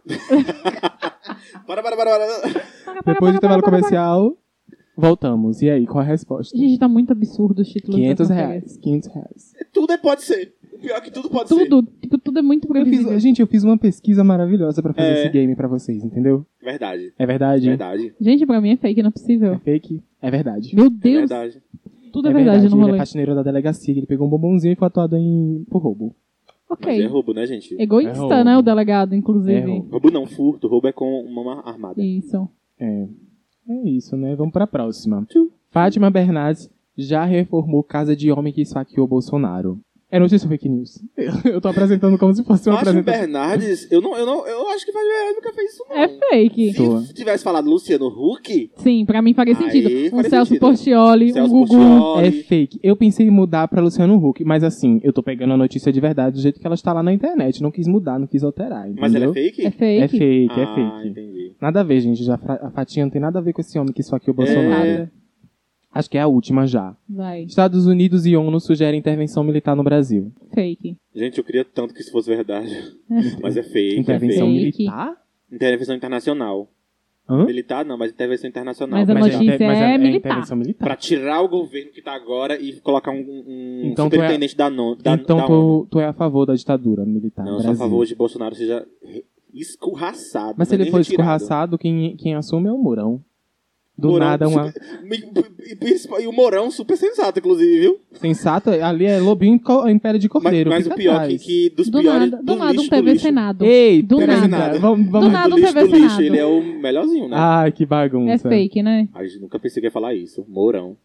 Para. Depois do intervalo comercial, voltamos. E aí, qual é a resposta? Gente, tá muito absurdo os títulos. dessa matéria. R$500. Pode ser. O pior é que tudo pode ser. Tudo, tipo, tudo é muito previsível. Eu fiz uma pesquisa maravilhosa pra fazer É. esse game pra vocês, entendeu? Verdade. É verdade? Verdade. Gente, pra mim é fake, não é É possível. fake? É verdade. Meu É Deus, verdade. tudo é verdade no Ele rolê. é faxineiro da delegacia, ele pegou um bombonzinho e foi atuado por roubo. Mas Ok. é roubo, né, gente? Egoísta, É roubo. né, o delegado, inclusive. É roubo. Roubo não, furto. Roubo é com uma armada. Isso. É isso, né? Vamos pra próxima. Fátima Bernardes já reformou casa de homem que esfaqueou Bolsonaro. É notícia ou fake news? Eu tô apresentando como se fosse uma Fátima apresentação. Bernardes, eu acho que Fátima Bernardes nunca fez isso, não. É fake. Tô. Se tivesse falado Luciano Huck, Sim, pra mim faria Aí sentido. Um faria Celso sentido. Portioli, Celso um Gugu. Portioli. É fake. Eu pensei em mudar pra Luciano Huck, mas assim, eu tô pegando a notícia de verdade do jeito que ela está lá na internet. Não quis mudar, não quis alterar, entendeu? Mas ela é fake? É fake. É fake, é Ah, fake. entendi. Nada a ver, gente. Já a Fatinha não tem nada a ver com esse homem que esfaqueou Bolsonaro. Nada. Acho que é a última já. Vai. Estados Unidos e ONU sugerem intervenção militar no Brasil. Fake. Gente, eu queria tanto que isso fosse verdade. Mas é fake, Intervenção é fake. Fake. militar? Intervenção internacional. Hã? Militar não, mas intervenção internacional. Mas a Pra Mas notícia é militar. intervenção militar. Pra tirar o governo que tá agora e colocar um Então tu é- superintendente da ONU. Então tu é a favor da ditadura militar Não, no eu sou a Brasil. favor de Bolsonaro seja escorraçado. Mas se não é ele nem for retirado. escorraçado, quem assume é o Mourão. Do Mourão nada, uma E o Mourão super sensato, inclusive, viu? sensata. Ali é lobinho em pele de cordeiro. Mas o fica pior é atrás. que dos Do piores... nada, do nada um lixo TV lixo. Senado. Ei, Do peraí, nada. Vamos. Do nada um lixo TV do lixo, Senado. ele é o melhorzinho, né? Ai, que bagunça. É fake, né? Ai, nunca pensei que ia falar isso. Mourão.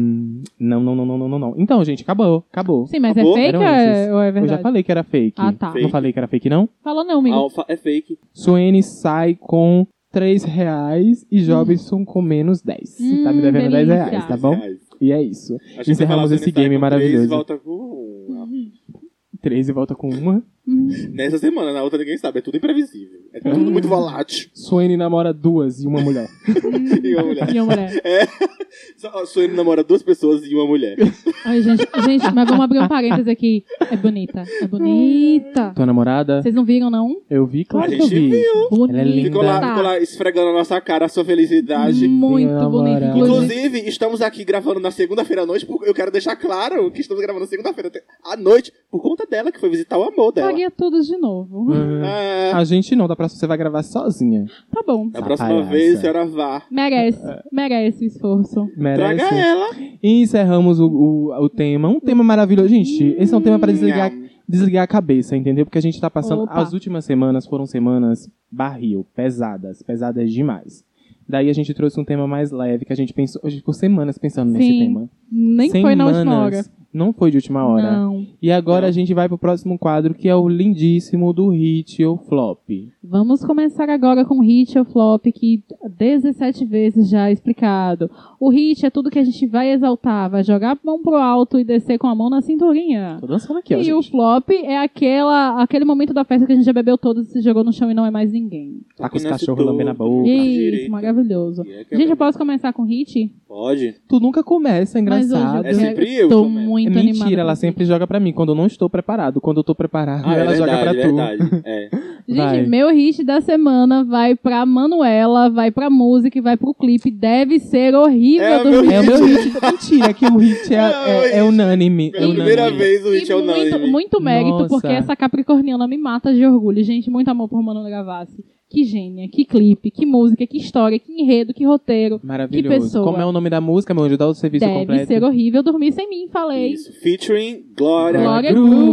Não. Então, gente, acabou. Sim, mas Acabou? é fake Eram ou esses. ou é Eu verdade? já falei que era fake. Ah, tá. Não falei que era fake, não? Falou não, amigo. É fake. Suene sai com R$3 e Jobson com menos 10. Tá me devendo delícia. R$10, tá bom? Reais. E é isso. Acho que Encerramos você esse fala, game você sai com 3 maravilhoso. e volta com 3 e volta com uma. Nessa semana, na outra ninguém sabe. É tudo imprevisível. É tudo muito volátil. Suene namora 2 e uma mulher. E uma mulher. E uma mulher. Suene namora 2 pessoas e uma mulher. Ai, gente, mas vamos abrir um parênteses aqui. É bonita. É bonita. Tua namorada? Vocês não viram, não? Eu vi, claro A que eu gente vi. viu. Bonita. Ela é linda. Ficou lá esfregando na nossa cara a sua felicidade. Muito Minha bonita. namorada. Inclusive, estamos aqui gravando na segunda-feira à noite. Eu quero deixar claro que estamos gravando na segunda-feira à noite por conta dela, que foi visitar o amor dela. Paguei todos de novo. É, A gente não, da próxima você vai gravar sozinha. Tá bom. da próxima palhaça. vez, a senhora vá. Merece o esforço. Merece. Traga ela. E encerramos o tema. Um tema maravilhoso. Gente, esse é um tema para desligar a cabeça, entendeu? Porque a gente tá passando... Opa. As últimas semanas foram semanas barril, pesadas demais. Daí a gente trouxe um tema mais leve, que a gente pensou... A gente ficou semanas pensando nesse Sim. tema. Nem foi na última hora. Não foi de última hora. Não. E agora Não. a gente vai pro próximo quadro, que é o lindíssimo do Hit ou Flop. Vamos começar agora com o hit ou flop, que 17 vezes já é explicado. O hit é tudo que a gente vai exaltar, vai jogar a mão pro alto e descer com a mão na cinturinha. Tô dançando aqui, ó, E o gente. flop é aquele momento da festa que a gente já bebeu todos, se jogou no chão e não é mais ninguém. Tá com os Quem nasce cachorros lambendo a todo, boca. direito. Isso, maravilhoso. E é que é Gente, eu bom. posso começar com hit? Pode. Tu nunca começa, é Mas hoje engraçado. É sempre eu tô que começo. muito É animada. mentira, ela pra sempre hit. joga pra mim, quando eu não estou preparado. Quando eu tô preparado, É ela joga pra tu. verdade. É. Gente, Vai. meu hit da semana vai pra Manuela, vai pra música e vai pro clipe. Deve ser horrível É o dormir. É o meu hit. Mentira, que o hit é unânime. Pela primeira vez o hit é E unânime. muito mérito, Nossa. porque essa capricorniana me mata de orgulho. Gente, muito amor por Manuela Gavassi. Que gênia, que clipe, que música, que história, que enredo, que roteiro. Maravilhoso. Que pessoa. Como é o nome da música, meu anjo? Dá o serviço Deve completo. ser horrível dormir sem mim, falei. Isso. Featuring Glória Glória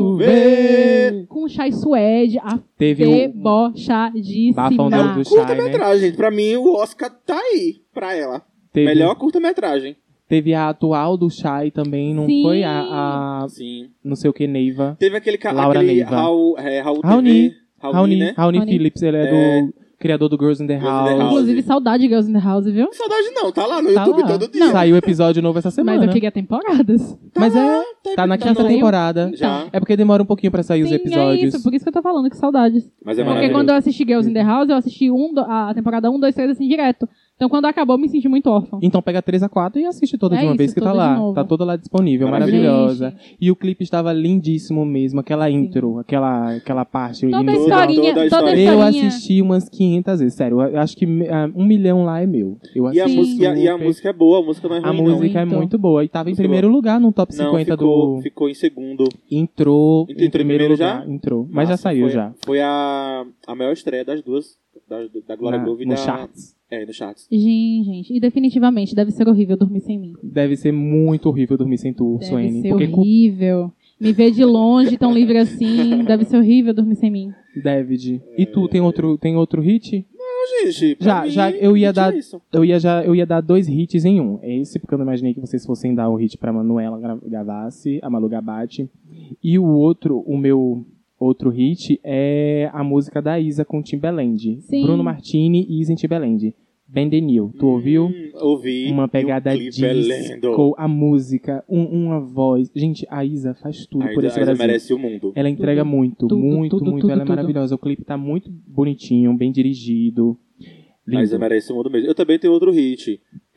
Groove. Com Chai Suede, a Teve o debochadíssima. bafão dela do Shai, né? Curta-metragem. Pra mim, o Oscar tá aí pra ela. Teve, Melhor curta-metragem. teve a atual do Shai também, não Sim. foi? A Sim. não sei o que, Neiva. Teve aquele Laura aquele Neiva. Raul Raoni. TV. Raoni, né? Raoni Raoni. Phillips, ele é do criador do Girls in the Girls in the House. House. Inclusive, saudade de Girls in the House, viu? Saudade não, tá lá no Tá YouTube lá. todo dia. Saiu episódio novo essa semana. Mas eu queria temporadas. Mas tá na quinta saiu? temporada. Já. É porque demora um pouquinho pra sair os Sim, episódios. é isso, por isso que eu tô falando, que saudades. Mas é Porque maravilhoso. quando eu assisti Girls in the House, eu assisti a temporada 1, 2, 3, assim, direto. Então quando acabou, eu me senti muito órfã. Então pega 3 a 4 e assiste toda É de uma isso, vez que tá toda de lá. novo. Tá toda lá disponível, Maravilhoso. maravilhosa. E o clipe estava lindíssimo mesmo, aquela intro, aquela parte. Toda a inicial. historinha, toda a toda a historinha. Eu historinha. assisti umas 500 vezes, sério. Eu acho que 1 milhão lá é meu. Eu E a, assisti música, e a super. música é boa, a música não é A ruim, não. música é Muito. muito boa. E tava em Música primeiro lugar no top Não, 50 ficou em segundo. Entrou em Entrou em primeiro primeiro lugar. já? Entrou. Mas já Nossa, saiu foi, já. Foi a maior estreia das duas, da Glória Groove e no da... charts. É, no charts. Gente, e definitivamente deve ser horrível dormir sem mim. Deve ser muito horrível dormir sem tu, Deve Suene. ser Porque horrível. Me ver de longe, tão livre assim, deve ser horrível dormir sem mim. David. E tu, tem outro hit? Não, gente, pra Já, mim, eu ia hit dar- é isso. Eu ia dar 2 hits em um. É esse, porque eu não imaginei que vocês fossem dar o hit pra Manuela Gavassi, a Malu Gabatti. E o meu outro hit é a música da Isa com Timbaland. Sim. Bruno Martini e Isa em Timbaland. Ben Denil. Tu ouviu? Ouvi. Uma E pegada o clipe é lindo. disco, a música, uma voz. Gente, a Isa faz tudo por esse A Isa Brasil. merece o mundo. Ela entrega muito, tudo, muito, tudo, muito. tudo, Ela é tudo. maravilhosa. O clipe tá muito bonitinho, bem dirigido. A Isa Lindo. merece o mundo mesmo. Eu também tenho outro hit.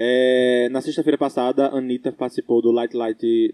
Na sexta-feira passada, a Anitta participou do Late Late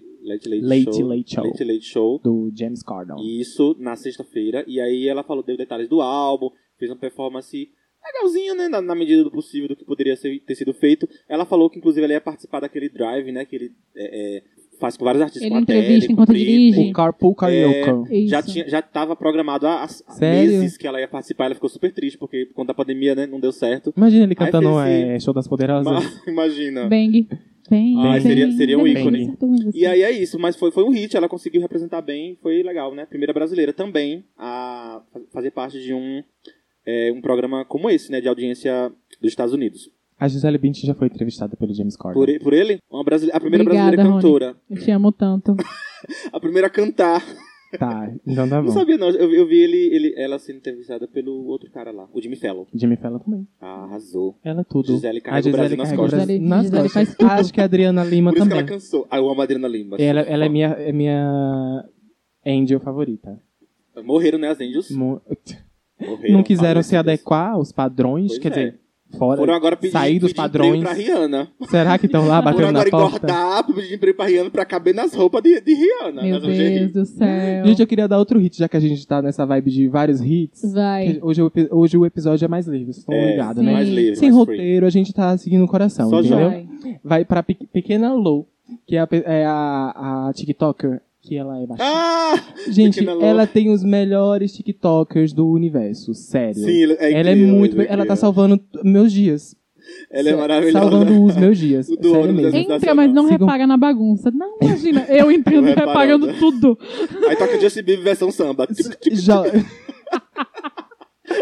Show. Do James Corden. Isso, na sexta-feira. E aí ela falou, deu detalhes do álbum, fez uma performance legalzinha, né? Na medida do possível, do que poderia ter sido feito. Ela falou que, inclusive, ela ia participar daquele drive, né? Que ele faz com vários artistas. Ele com a entrevista Tele, enquanto com o Britney. dirige. O Carpool Karaoke. Isso. Já estava programado há Sério? meses que ela ia participar. Ela ficou super triste, porque por conta da pandemia, né? Não deu certo. Imagina ele cantando fez Show das Poderosas. Mas, imagina. Bang. Bang. Ai, seria um ícone. E aí é isso, mas foi um hit, ela conseguiu representar bem, foi legal, né? Primeira brasileira também a fazer parte de um programa como esse, né? De audiência dos Estados Unidos. A Gisele Bündchen já foi entrevistada pelo James Corden. Por ele, a primeira Obrigada, brasileira cantora. Eu te amo tanto. A primeira a cantar. Tá, então tá Não bom. sabia não, eu vi ela sendo entrevistada pelo outro cara lá, o Jimmy Fallon. Jimmy Fallon também. Arrasou. Ela é tudo. Gisele carrega o Brasil nas carrega o costas. Brasil nas Gisele costas. faz tudo. Acho que a Adriana Lima Por isso que também. ela cansou. Eu amo a Adriana Lima. Ela é minha Angel favorita. Morreram, né, as Angels? Mo- Morreram. Não quiseram se falecidas. adequar aos padrões, Pois quer é. dizer, fora, Foram agora sair dos pedir padrões. emprego pra Rihanna. Será que estão lá Foram batendo na agora porta? engordar, pedir emprego pra Rihanna pra caber nas roupas de Rihanna. Meu nas lingerie. Deus do céu. Gente, eu queria dar outro hit, já que a gente tá nessa vibe de vários hits. Vai. Hoje o episódio é mais livre, vocês estão ligados, né? Mais livre, Sem mais free. roteiro, a gente tá seguindo o coração, Só entendeu? Vai. Vai pra Pequena Lou, que é a TikToker, que ela é baixinha. Ah! Gente, Pequena Lou. ela tem os melhores TikTokers do universo, sério. Sim, Ela é incrível, muito... é Ela tá incrível. salvando meus dias. Ela é maravilhosa. Salvando os meus dias. O do Sério ônibus mesmo. da Entra, mas não Sigam- repara na bagunça. Não, imagina, eu entrando Não e reparando reparando. tudo. Aí toca Justin Bieber versão samba. Já...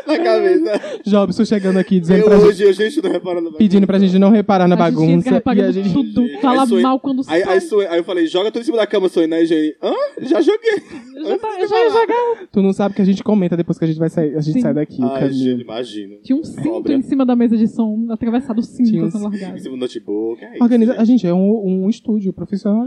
na cabeça. Jobson chegando aqui dizendo Eu pra gente, hoje, a gente não reparando na bagunça. pedindo pra gente não reparar na A gente bagunça. fica reparando E a gente... tudo. Aí Fala Suene- mal quando sai. Aí eu falei, joga tudo em cima da cama, Suene, né, gente? Hã? Já joguei. Eu já ia jogar. Tu não sabe que a gente comenta depois que a gente vai sair, a gente Sim. sai daqui, o Ai, caminho. gente, imagina. Tinha um cinto Cobra. em cima da mesa de som, atravessado o cinto Tinha um sendo Em largado. cima do notebook, é isso. Organiza... gente. A gente é um estúdio profissional,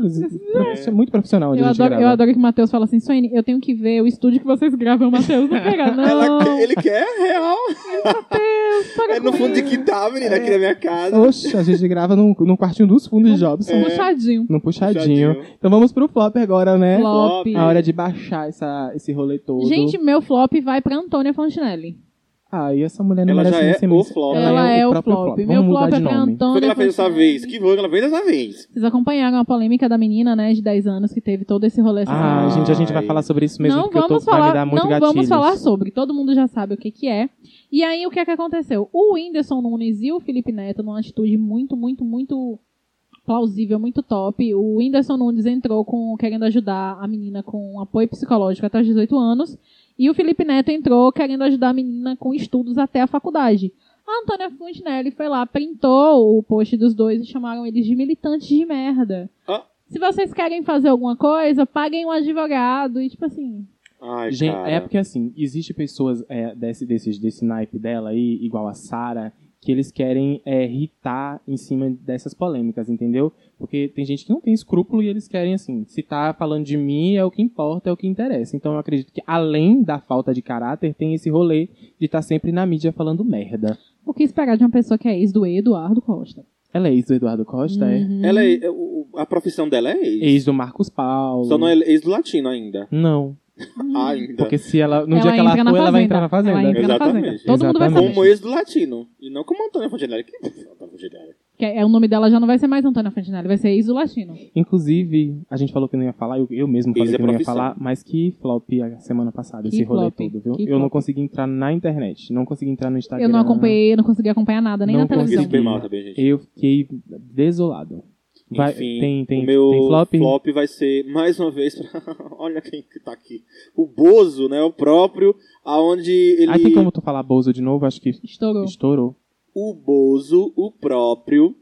muito profissional onde Eu a gente adoro, grava. eu adoro que o Matheus fala assim, Suene, eu tenho que ver o estúdio que vocês gravam, Matheus. Não pega, não. Ele quer real. Matheus, paga É no fundo de quintal, menina, aqui na minha casa. Oxe, a gente grava no quartinho dos fundos de Jobson. Puxadinho. No puxadinho. Puxadinho. Então vamos pro flop agora, né? Flop. A hora de baixar esse rolê todo. Gente, meu flop vai pra Antônia Fontinelli. Ah, e essa mulher não Ela merece já nem é ser o Miss. flop. Ela é o próprio flop. Vamos Meu mudar flop é de pra nome. Foi Antônia que ela fez dessa Fontinelli. vez. Que foi que ela fez dessa vez. Vocês acompanharam a polêmica da menina, né, de 10 anos, que teve todo esse rolê. Ah, assim. gente, a gente vai falar sobre isso mesmo, Não porque vamos vai me falar, dar muito não gatilhos. vamos falar sobre. Todo mundo já sabe o que é. E aí, o que é que aconteceu? O Whindersson Nunes e o Felipe Neto, numa atitude muito, muito, muito plausível, muito top. O Whindersson Nunes entrou querendo ajudar a menina com apoio psicológico até os 18 anos. E o Felipe Neto entrou querendo ajudar a menina com estudos até a faculdade. A Antônia Fontinelli foi lá, printou o post dos dois e chamaram eles de militantes de merda. Ah. Se vocês querem fazer alguma coisa, paguem um advogado. E tipo assim... Ai, Gente, cara. é porque assim, existe pessoas desse naipe dela aí, igual a Sarah, que eles querem irritar em cima dessas polêmicas, entendeu? Porque tem gente que não tem escrúpulo e eles querem, assim, se tá falando de mim é o que importa, é o que interessa. Então eu acredito que, além da falta de caráter, tem esse rolê de estar sempre na mídia falando merda. O que esperar de uma pessoa que é ex do Eduardo Costa? Ela é ex do Eduardo Costa, Ela é, a profissão dela é ex. Ex do Marcos Paulo. Só não é ex do latino ainda. Não, Ainda. porque se ela, no Ela dia que ela entra for, na ela vai Fazenda. entrar na Fazenda. Ela entra na Exatamente. Fazenda. Todo mundo vai Exatamente. saber. Como ex do latino. E não como Antônia Fontinelli. Que Antônia Fontinelli. Que o nome dela já não vai ser mais Antônia Fontinelli, vai ser ex do Latino. Inclusive, a gente falou que não ia falar, eu mesmo falei Ex é que não ia profissão. falar, mas que flop a semana passada, Que esse rolê flop, todo, viu? que Eu não flop. consegui entrar na internet, não consegui entrar no Instagram. Eu não acompanhei, não consegui acompanhar nada, nem Não na televisão. Fiquei super mal também, gente. Eu fiquei desolado. Vai, Enfim, tem o meu flop? vai ser, mais uma vez, olha quem que tá aqui. O Bozo, né? O próprio, aonde ele... Aí tem como tu falar Bozo de novo? Acho que Estourou. estourou. O Bozo, o próprio,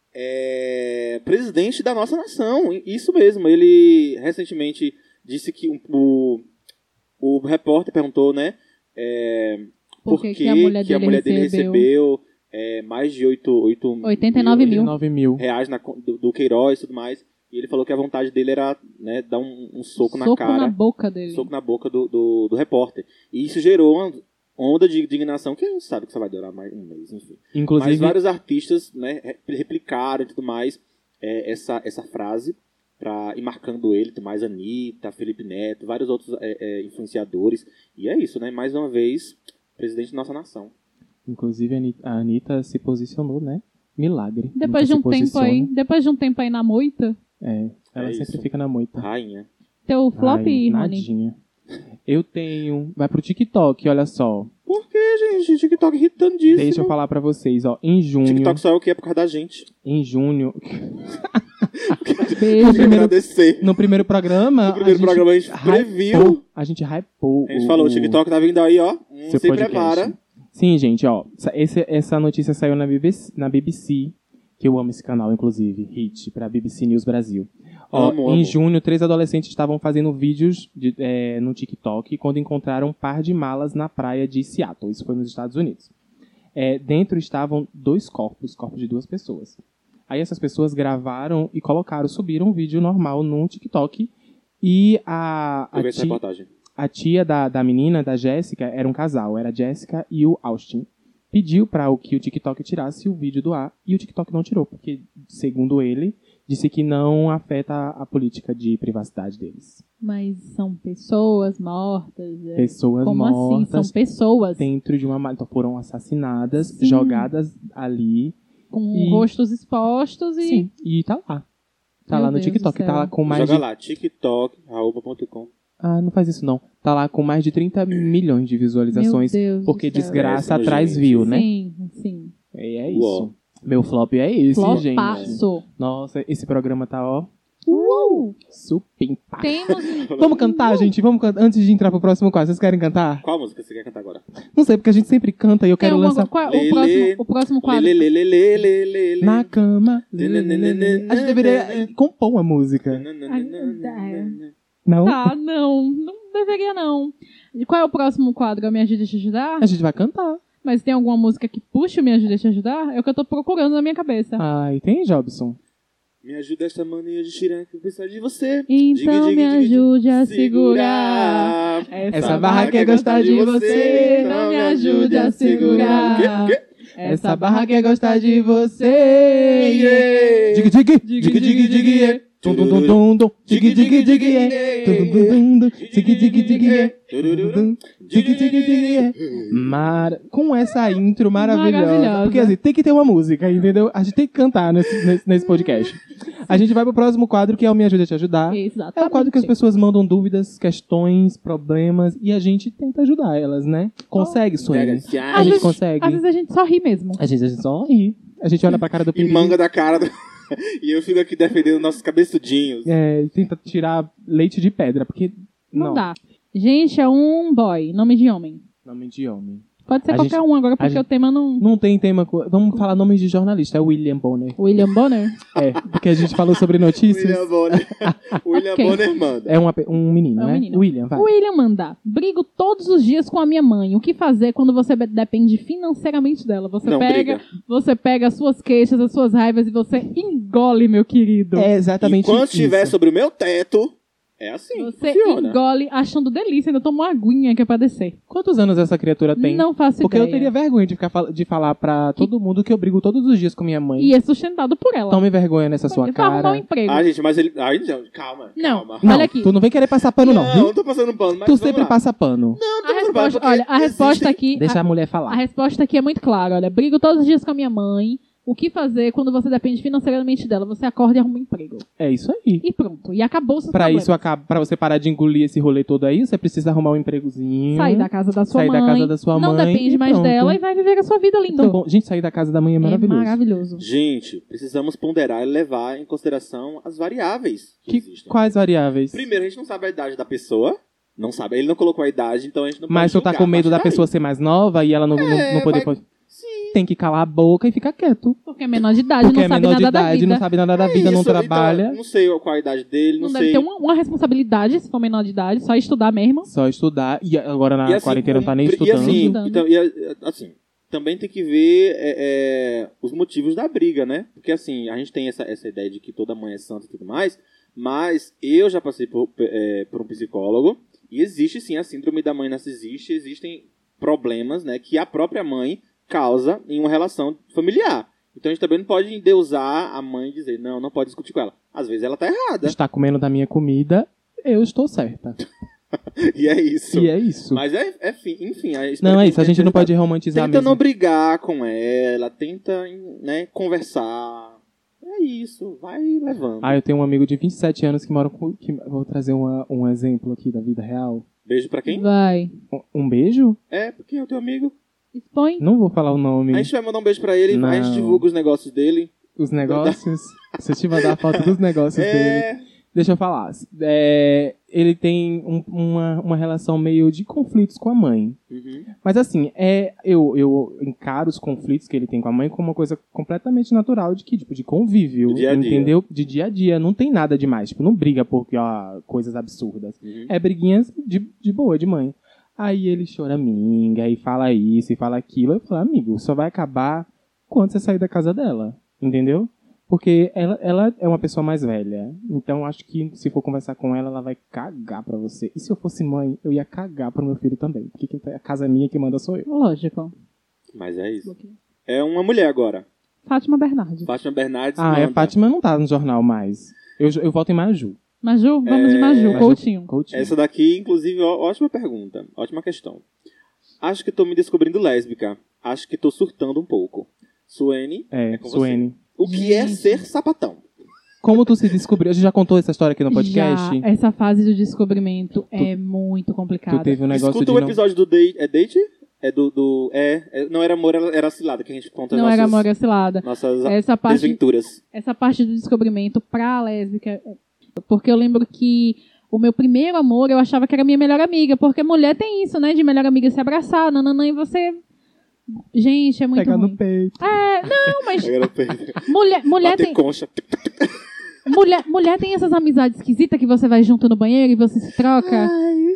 é presidente da nossa nação. Isso mesmo. Ele recentemente disse que o repórter perguntou, né? Por que a mulher dele recebeu mais de 89 mil. 9 mil. reais do Queiroz e tudo mais. E ele falou que a vontade dele era, né, dar um soco na cara. na boca dele. Soco na boca do repórter. E isso gerou uma onda de indignação que a gente sabe que só vai durar mais um mês, enfim. Inclusive, Mas vários artistas, né, replicaram e tudo mais essa frase e marcando ele, tudo mais, Anitta, Felipe Neto, vários outros influenciadores. E é isso, né? Mais uma vez, presidente da nossa nação. inclusive a Anitta se posicionou, né? Milagre. Depois Nunca de se depois de um tempo aí na moita, Ela É sempre isso. fica na moita. Rainha. teu flop, Ai, Rony. nadinha. Eu tenho... Vai pro TikTok, olha só. Por que, gente? TikTok irritandíssimo. Deixa eu falar pra vocês, ó. Em junho... TikTok só é o que é por causa da gente. Em junho... Beijo. Agradecer. No primeiro programa... No primeiro programa a gente previu. A gente hypou. A gente falou, o TikTok tá vindo aí, ó. seu Se podcast. prepara. Sim, gente, ó. Essa notícia saiu na BBC, que eu amo esse canal, inclusive. Hit, pra BBC News Brasil. Ó, Amo, em amo. junho, 3 adolescentes estavam fazendo vídeos no TikTok quando encontraram um par de malas na praia de Seattle. Isso foi nos Estados Unidos. Dentro estavam 2 corpos de 2 pessoas. Aí essas pessoas gravaram e subiram um vídeo normal no TikTok. E Eu vi essa reportagem. a tia da menina, da Jéssica, era um casal. Era a Jéssica e o Austin. Pediu para que o TikTok tirasse o vídeo do ar e o TikTok não tirou, porque, segundo ele, disse que não afeta a política de privacidade deles. Mas são pessoas mortas. Pessoas Como assim? mortas São pessoas dentro de uma... Então foram assassinadas, Sim. jogadas ali. com E- rostos expostos e... Sim, e tá lá. Tá Meu lá no Deus TikTok. do Tá céu. lá com mais Joga de... lá, tiktok.com. Ah, não faz isso não. Tá lá com mais de 30 milhões de visualizações. Meu Deus Porque do céu. desgraça Péssimo, atrás gente. view, né? Sim, sim. É isso. Uó. Meu flop é esse, gente. Flopaço. Nossa, esse programa tá, ó... Supimpa. Temos... Vamos cantar, gente? Vamos cantar. Antes de entrar pro próximo quadro, vocês querem cantar? Qual música você quer cantar agora? Não sei, porque a gente sempre canta e eu quero lançar... Qual é o próximo quadro? Na cama. A gente deveria compor uma música. Não? Tá, não deveria não. E qual é o próximo quadro? Me Ajude a Te Ajudar? A gente vai cantar. Mas tem alguma música que puxa o Me Ajude a Te Ajudar? É o que eu tô procurando na minha cabeça. Ai, tem, Jobson? Me ajuda esta mania de tirar que eu preciso de você. Então me ajude a segurar. Essa barra quer gostar de você. Então me ajude a segurar. Quê? Essa barra quer gostar de você. Dig, dig, dig, dig, dig, yeah. Tum, tum, tum, tum, tum. Dig, dig, dig, yeah. Tum, tum, tum, tum, tum. Dig, dig, dig, yeah. Dig, dig, dig, yeah. Com essa intro maravilhosa. Porque assim, tem que ter uma música, entendeu? A gente tem que cantar nesse podcast. A gente vai pro próximo quadro, que é o Me Ajude a Te Ajudar. Exatamente. É o quadro que as pessoas mandam dúvidas, questões, problemas, e a gente tenta ajudar elas, né? Consegue, Suene? A gente consegue. Às vezes a gente só ri mesmo. A gente só ri. A gente olha pra cara do E perigo. manga da cara do... E eu fico aqui defendendo nossos cabeçudinhos. E tenta tirar leite de pedra, porque... Não dá. Gente, é um boy, nome de homem. Nome de homem. Pode ser qualquer um agora, porque o tema não... Não tem tema... Vamos falar nomes de jornalista. É William Bonner. William Bonner? É, porque a gente falou sobre notícias. William Bonner. William Ok. Bonner manda. É um menino, É um né? menino. William, vai. William manda. Brigo todos os dias com a minha mãe. O que fazer quando você depende financeiramente dela? Não, briga. Você pega as suas queixas, as suas raivas e você engole, meu querido. É exatamente Enquanto isso. estiver sobre o meu teto, é assim. Você funciona. engole achando delícia, ainda toma uma aguinha que é pra descer. Quantos anos essa criatura tem? Não faço Porque ideia. eu teria vergonha de falar pra todo mundo que eu brigo todos os dias com minha mãe. E é sustentado por ela. Tome vergonha nessa sua Ele vai arrumar um cara. emprego. Ah, gente, mas ele... Ai, gente, calma. Não. Calma. Não, Olha aqui. tu não vem querer passar pano, não, Não, viu? não tô passando pano, mas Tu vamos sempre lá. passa pano. Não, A resposta, olha, a resposta aqui... Deixa a mulher falar. A resposta aqui é muito clara, olha. Brigo todos os dias com a minha mãe. O que fazer quando você depende financeiramente dela? Você acorda e arruma um emprego. É isso aí. E pronto. E acabou o seu Pra problema. isso, pra você parar de engolir esse rolê todo aí, você precisa arrumar um empregozinho. Sair da casa da sua Sair mãe. da casa da sua não mãe depende e mais pronto. dela e vai viver a sua vida linda. Então, bom, gente, sair da casa da mãe é maravilhoso. É maravilhoso. Gente, precisamos ponderar e levar em consideração as variáveis que existem. Quais variáveis? Primeiro, a gente não sabe a idade da pessoa. Não sabe. Ele não colocou a idade, então a gente não Mas pode tu tá julgar com a medo da partir pessoa ser mais nova e ela não poder... Sim. Tem que calar a boca e ficar quieto. Porque é menor de idade, Porque não é sabe menor de nada da idade, vida. não sabe nada da vida, não Isso, trabalha. Então, não sei qual a idade dele, Não não deve sei. ter uma responsabilidade, se for menor de idade, só estudar mesmo. Só estudar. E agora na E assim, quarentena não tá nem e estudando. assim, Estudando. então, assim, também tem que ver os motivos da briga, né? Porque assim, a gente tem essa ideia de que toda mãe é santa e tudo mais, mas eu já passei por um psicólogo e existe sim a síndrome da mãe narcisista, existem problemas, né, que a própria mãe causa em uma relação familiar. Então a gente também não pode endeusar a mãe e dizer, não pode discutir com ela. Às vezes ela tá errada. Está comendo da minha comida, eu estou certa. E é isso. E é isso. Mas enfim. Não, é isso. A gente não pode romantizar Tenta mesmo. não brigar com ela, tenta, né, conversar. É isso, vai levando. Eu tenho um amigo de 27 anos que mora com... Vou trazer um exemplo aqui da vida real. Beijo pra quem? Vai. Um beijo? É, porque é o teu amigo. Expõe. Não vou falar o nome. A gente vai mandar um beijo pra ele, Não. a gente divulga os negócios dele. Os negócios. Se eu te mandar a foto dos negócios dele. É, Deixa eu falar. Ele tem uma relação meio de conflitos com a mãe. uhum. Mas assim, eu encaro os conflitos que ele tem com a mãe como uma coisa completamente natural de convívio. Do dia a dia. Entendeu? De dia a dia. Não tem nada demais. Tipo, não briga por coisas absurdas. Uhum. É briguinhas de boa, de mãe. Aí ele choraminga e fala isso e fala aquilo. Eu falo, amigo, só vai acabar quando você sair da casa dela. Entendeu? Porque ela é uma pessoa mais velha. Então, acho que se for conversar com ela, ela vai cagar pra você. E se eu fosse mãe, eu ia cagar pro meu filho também. Porque a casa é minha, quem manda sou eu. Lógico. Mas é isso. É uma mulher agora. Fátima Bernardes. Fátima Bernardes A manda. Fátima não tá no jornal mais. Eu voto em Maju. Maju? Vamos de Maju. Coutinho. Coutinho. Essa daqui, inclusive, ótima pergunta. Ótima questão. Acho que tô me descobrindo lésbica. Acho que tô surtando um pouco. Suene, com Suene. você. O que é ser sapatão? Como tu se descobriu? A gente já contou essa história aqui no podcast? Já, essa fase do descobrimento é muito complicada. Tu teve um negócio Escuta de o episódio do Date. É Date? É não era amor, era cilada, que a gente conta Não nossas, era amor, era cilada. nossas Essa parte desventuras. do descobrimento pra lésbica Porque eu lembro que o meu primeiro amor, eu achava que era minha melhor amiga. Porque mulher tem isso, né? De melhor amiga se abraçar, nananã, e você... Gente, é muito Pega ruim. no peito. Não, mas Aí ela perde. mulher Bater tem... concha. Mulher tem essas amizades esquisitas que você vai junto no banheiro e você se troca.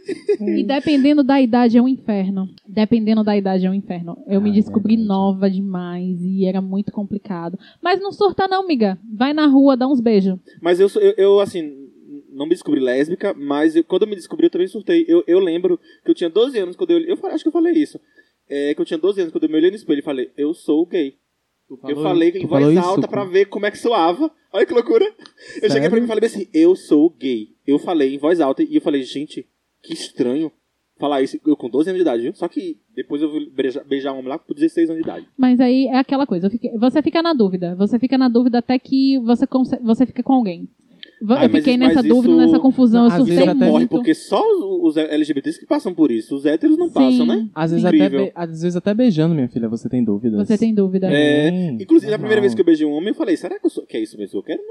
E dependendo da idade é um inferno. Dependendo da idade é um inferno. Eu me descobri verdade. nova demais e era muito complicado. Mas não surta não, miga. Vai na rua, dá uns beijos. Mas eu assim, não me descobri lésbica, mas quando eu me descobri eu também surtei. Eu lembro que eu tinha 12 anos quando acho que eu falei isso. Que eu tinha 12 anos quando eu me olhei no espelho e falei, eu sou gay. Eu falei em voz alta pra ver como é que soava. Olha que loucura. Eu cheguei pra mim e falei assim, eu sou gay. Eu falei em voz alta e eu falei, gente, que estranho falar isso. Eu com 12 anos de idade, viu? Só que depois eu fui beijar um homem lá com 16 anos de idade. Mas aí é aquela coisa. Você fica na dúvida. Você fica na dúvida até que você fica com alguém. Eu fiquei nessa dúvida, nessa confusão. Eu Às vezes surtei até Morre muito. porque só os LGBTs que passam por isso. Os héteros não Sim. passam, né? Às vezes, Incrível. até beijando, minha filha, você tem dúvidas. Você tem dúvida. Inclusive, na primeira normal. vez que eu beijei um homem, eu falei, será que eu sou... Que é isso mesmo que eu quero?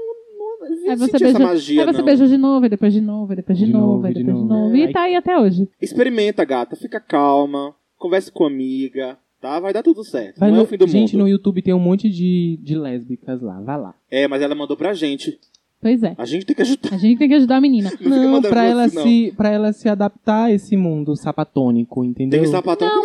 Aí você, senti essa magia, aí você não. beijou de novo, e depois de novo, e depois de novo, e depois de novo. E Aí- tá aí até hoje. Experimenta, gata. Fica calma. Converse com a amiga. Tá? Vai dar tudo certo. Vai não é no- o fim do gente, mundo. no YouTube tem um monte de lésbicas lá, vai lá. Mas ela mandou pra gente. Pois é. A gente tem que ajudar. A gente tem que ajudar a menina. fica Não, mandando pra assim, não. pra ela se adaptar a esse mundo sapatônico, entendeu? Tem sapatão Não, que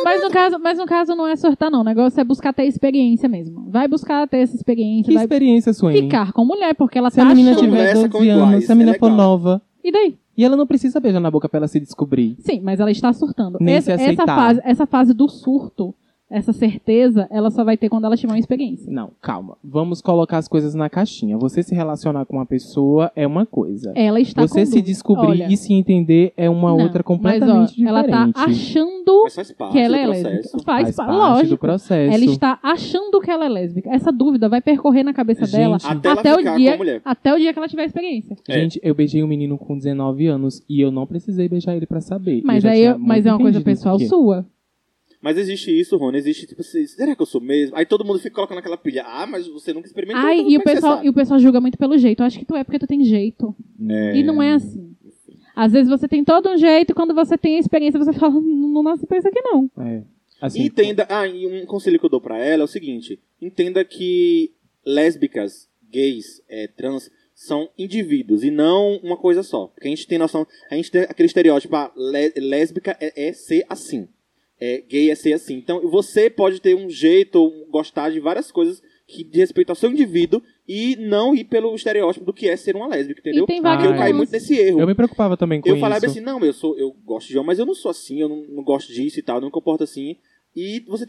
mas no caso não é sortar, não. O negócio é buscar ter experiência mesmo. Vai buscar ter essa experiência, Que vai experiência sua, hein? ficar com mulher, porque ela Se a tá menina achando. tiver Conversa com 12 anos, iguais, se a menina é for legal. nova, E daí? e ela não precisa beijar na boca pra ela se descobrir. Sim, mas ela está surtando. Nem se aceitar. Essa fase do surto, essa certeza, ela só vai ter quando ela tiver uma experiência. Não, calma. Vamos colocar as coisas na caixinha. Você se relacionar com uma pessoa é uma coisa. Ela está Você com se dúvida. descobrir Olha, e se entender é uma não, outra mas, completamente diferente. ela tá achando Mas faz parte que ela do é processo. lésbica. Faz parte lógico. do processo. Ela está achando que ela é lésbica. Essa dúvida vai percorrer na cabeça Gente, dela Até ela até ficar o com dia, a mulher. até o dia que ela tiver experiência. Gente, eu beijei um menino com 19 anos e eu não precisei beijar ele pra saber. Mas Eu já aí tinha mas muito é uma coisa entendido pessoal isso aqui. sua. Mas existe isso, Rony. Existe, tipo assim, será que eu sou mesmo? Aí todo mundo fica colocando aquela pilha. Ah, mas você nunca experimentou. Ai, então e o como é que você pessoal, sabe? e o pessoal julga muito pelo jeito. Eu acho que tu é porque tu tem jeito. E não é assim. Às vezes você tem todo um jeito e quando você tem a experiência, você fala, não nasce pra isso aqui não. É. Assim, Entenda. E um conselho que eu dou pra ela é o seguinte: entenda que lésbicas, gays, trans são indivíduos e não uma coisa só. Porque a gente tem noção, a gente tem aquele estereótipo, lésbica é ser assim. Gay é ser assim. Então você pode ter um jeito ou gostar de várias coisas que de respeito ao seu indivíduo e não ir pelo estereótipo do que é ser uma lésbica, entendeu? E tem Porque eu vários- caí muito nesse erro. eu me preocupava também com Eu isso. falava assim, não, eu gosto de homem, mas eu não sou assim, eu não gosto disso e tal, eu não me comporto assim. E você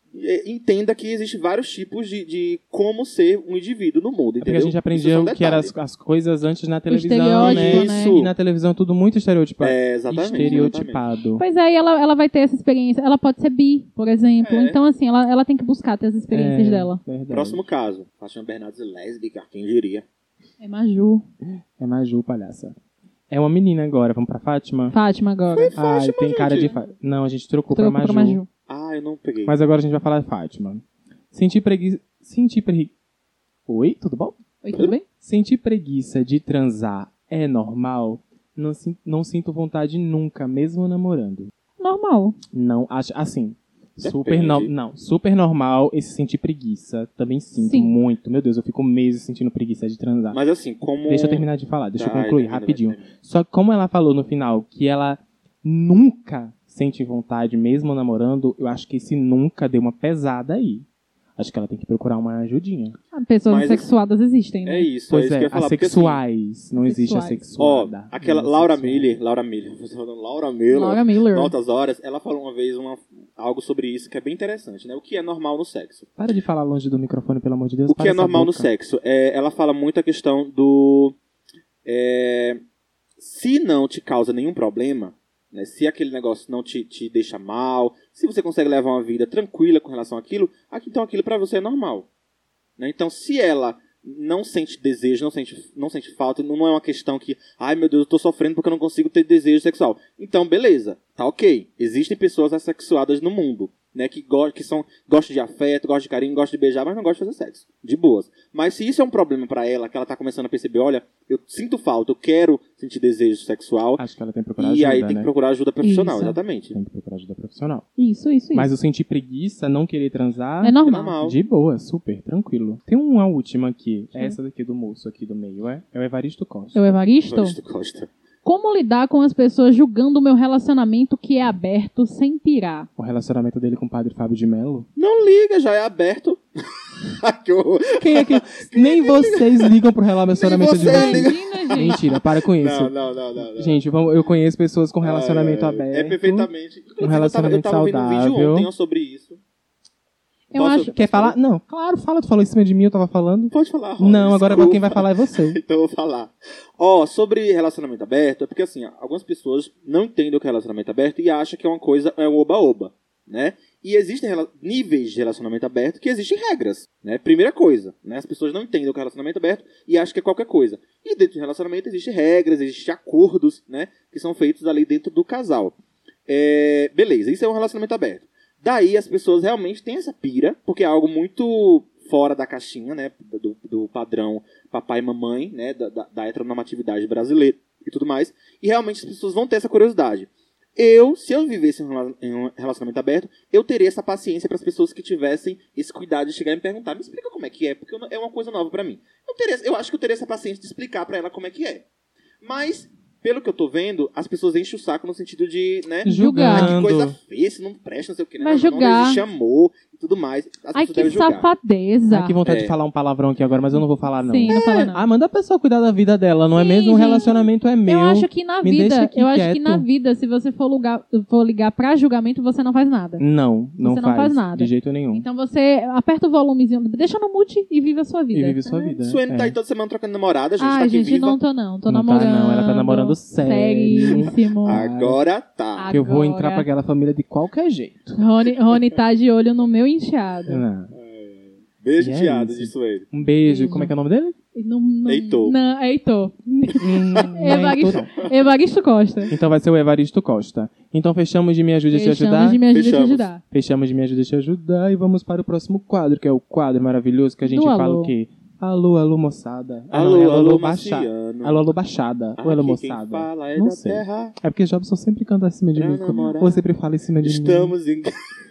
entenda que existem vários tipos de como ser um indivíduo no mundo, É porque entendeu? a gente Isso aprendeu é um que eram detalhe. as coisas antes na televisão, estereótipo, né? né? E na televisão é tudo muito estereotipado. Exatamente. Estereotipado. Pois é, e ela vai ter essa experiência. Ela pode ser bi, por exemplo. Então, assim, ela tem que buscar ter as experiências dela. Verdade. Próximo caso. Fátima Bernardes é lésbica, quem diria? É Maju. É Maju, palhaça. É uma menina agora, vamos pra Fátima? Fátima agora. Ai, tem cara de Fátima. Não, a gente trocou Trocou pra pra Maju. Maju. Ah, eu não peguei. Mas agora a gente vai falar de Fátima. Sentir preguiça... Oi, tudo bom? Oi, tudo bem? Sentir preguiça de transar é normal? Não sinto vontade nunca, mesmo namorando. Normal. Não, acho assim. Depende. Super normal esse sentir preguiça. Também sinto Sim. muito. Meu Deus, eu fico meses sentindo preguiça de transar. Mas assim, como... Deixa eu terminar de falar, deixa eu Vai, concluir termina, rapidinho. vai, termina. Só que como ela falou no final que ela nunca sente vontade, mesmo namorando, eu acho que esse nunca deu uma pesada aí. Acho que ela tem que procurar uma ajudinha. Pessoas Mas, sexuadas existem, né? É isso, Pois isso que eu é, ia falar. as porque, assim, sexuais. Não existe a Sexuais. ó, sexuada. aquela Não é Laura sexual. Miller, Laura Miller. Altas Horas, ela falou uma vez algo sobre isso que é bem interessante, né? O que é normal no sexo? Para de falar longe do microfone, pelo amor de Deus. O que para é essa normal no boca. sexo? Ela fala muito a questão do... se não te causa nenhum problema, né, se aquele negócio não te deixa mal, se você consegue levar uma vida tranquila com relação àquilo, então aquilo pra você é normal. Né? Então, se ela não sente desejo, não sente falta, não é uma questão que, ai meu Deus, eu tô sofrendo porque eu não consigo ter desejo sexual. Então, beleza, tá ok. Existem pessoas assexuadas no mundo. né, que gosta de afeto, gosta de carinho, gosta de beijar, mas não gosta de fazer sexo. De boas. Mas se isso é um problema pra ela, que ela tá começando a perceber, olha, eu sinto falta, eu quero sentir desejo sexual. Acho que ela tem que procurar e ajuda, aí tem que procurar ajuda profissional, Isso. exatamente. Tem que procurar ajuda profissional. Isso. Mas eu sentir preguiça, não querer transar... É É normal. normal. De boa, super, tranquilo. Tem uma última aqui. É essa daqui do moço aqui do meio, é o Evaristo Costa. É o Evaristo? Evaristo Costa. Como lidar com as pessoas julgando o meu relacionamento que é aberto sem pirar? O relacionamento dele com o padre Fábio de Mello. Não liga, já é aberto. Que horror. Quem é que... Nem vocês ligam pro relacionamento de Nem você vocês. liga. Imagina, gente. Mentira, para com isso. Não. Gente, eu conheço pessoas com relacionamento aberto. É perfeitamente. Inclusive, relacionamento eu tava vendo um vídeo saudável. ontem sobre isso. Eu Posso- acho... Quer falar? Não, claro, fala. Tu falou em cima de mim, eu tava falando. Pode falar, Rony, Não, agora desculpa. quem vai falar é você. Então eu vou falar. Sobre relacionamento aberto, é porque assim, algumas pessoas não entendem o que é relacionamento aberto e acham que é uma coisa, é um oba-oba, né? E existem níveis de relacionamento aberto que existem regras, né? Primeira coisa, né? As pessoas não entendem o que é relacionamento aberto e acham que é qualquer coisa. E dentro do relacionamento existem regras, existem acordos, né? Que são feitos ali dentro do casal. Beleza, isso é um relacionamento aberto. Daí as pessoas realmente têm essa pira, porque é algo muito fora da caixinha, né? Do padrão papai e mamãe, né? Da heteronormatividade brasileira e tudo mais. E realmente as pessoas vão ter essa curiosidade. Se eu vivesse em um relacionamento aberto, eu teria essa paciência para as pessoas que tivessem esse cuidado de chegar e me perguntar, me explica como é que é, porque é uma coisa nova para mim. Eu acho que eu teria essa paciência de explicar para ela como é que é. Mas, pelo que eu tô vendo, as pessoas enchem o saco no sentido de, né? Julgar. Ah, que Julgando. coisa feia, isso não presta, não sei o que, né? Mas Não julgar. existe amor e tudo mais. As Ai, pessoas que devem julgar. safadeza. Ai, que vontade É. de falar um palavrão aqui agora, mas eu não vou falar, não. Sim, não fala não. Ah, manda a pessoa cuidar da vida dela, não é Sim, mesmo? Um gente. relacionamento é meu. Eu acho que na me deixa vida, aqui eu acho que quieto. na vida, se você for ligar pra julgamento, você não faz nada. Não Você não faz nada. De jeito nenhum. Então você aperta o volumezinho, deixa no mute e vive a sua vida. E vive sua vida. Suene tá aí toda semana trocando namorada, gente. tá Ai, aqui gente, viva. não tô não. Tô Não tá, namorando. não, ela tá namorando sério. Seríssimo. Agora tá. Que eu vou Agora. entrar pra aquela família de qualquer jeito. Rony tá de olho no meu enteado. Não. Beijo, E é Tiado, isso. disso ele. Um beijo. Como é que é o nome dele? Heitor. Não, é Heitor. Não é Evaristo, Heitor, não. Evaristo Costa. Então vai ser o Evaristo Costa. Então fechamos de Me Ajude a Te Ajudar. Fechamos de Me Ajude a Te Fechamos. Ajudar. Fechamos de Me Ajude a Te Ajudar e vamos para o próximo quadro, que é o quadro maravilhoso que a gente Do fala alô. o quê? Alô, moçada. Ah, Alô, não, é alô, Baixa- Marciano. Alô, Baixada. Ou alô, Aqui quem moçada. fala é Não da sei. terra. É porque Jobson sempre canta acima de Pra mim. namorar. Ou sempre fala em cima de mim. Estamos em...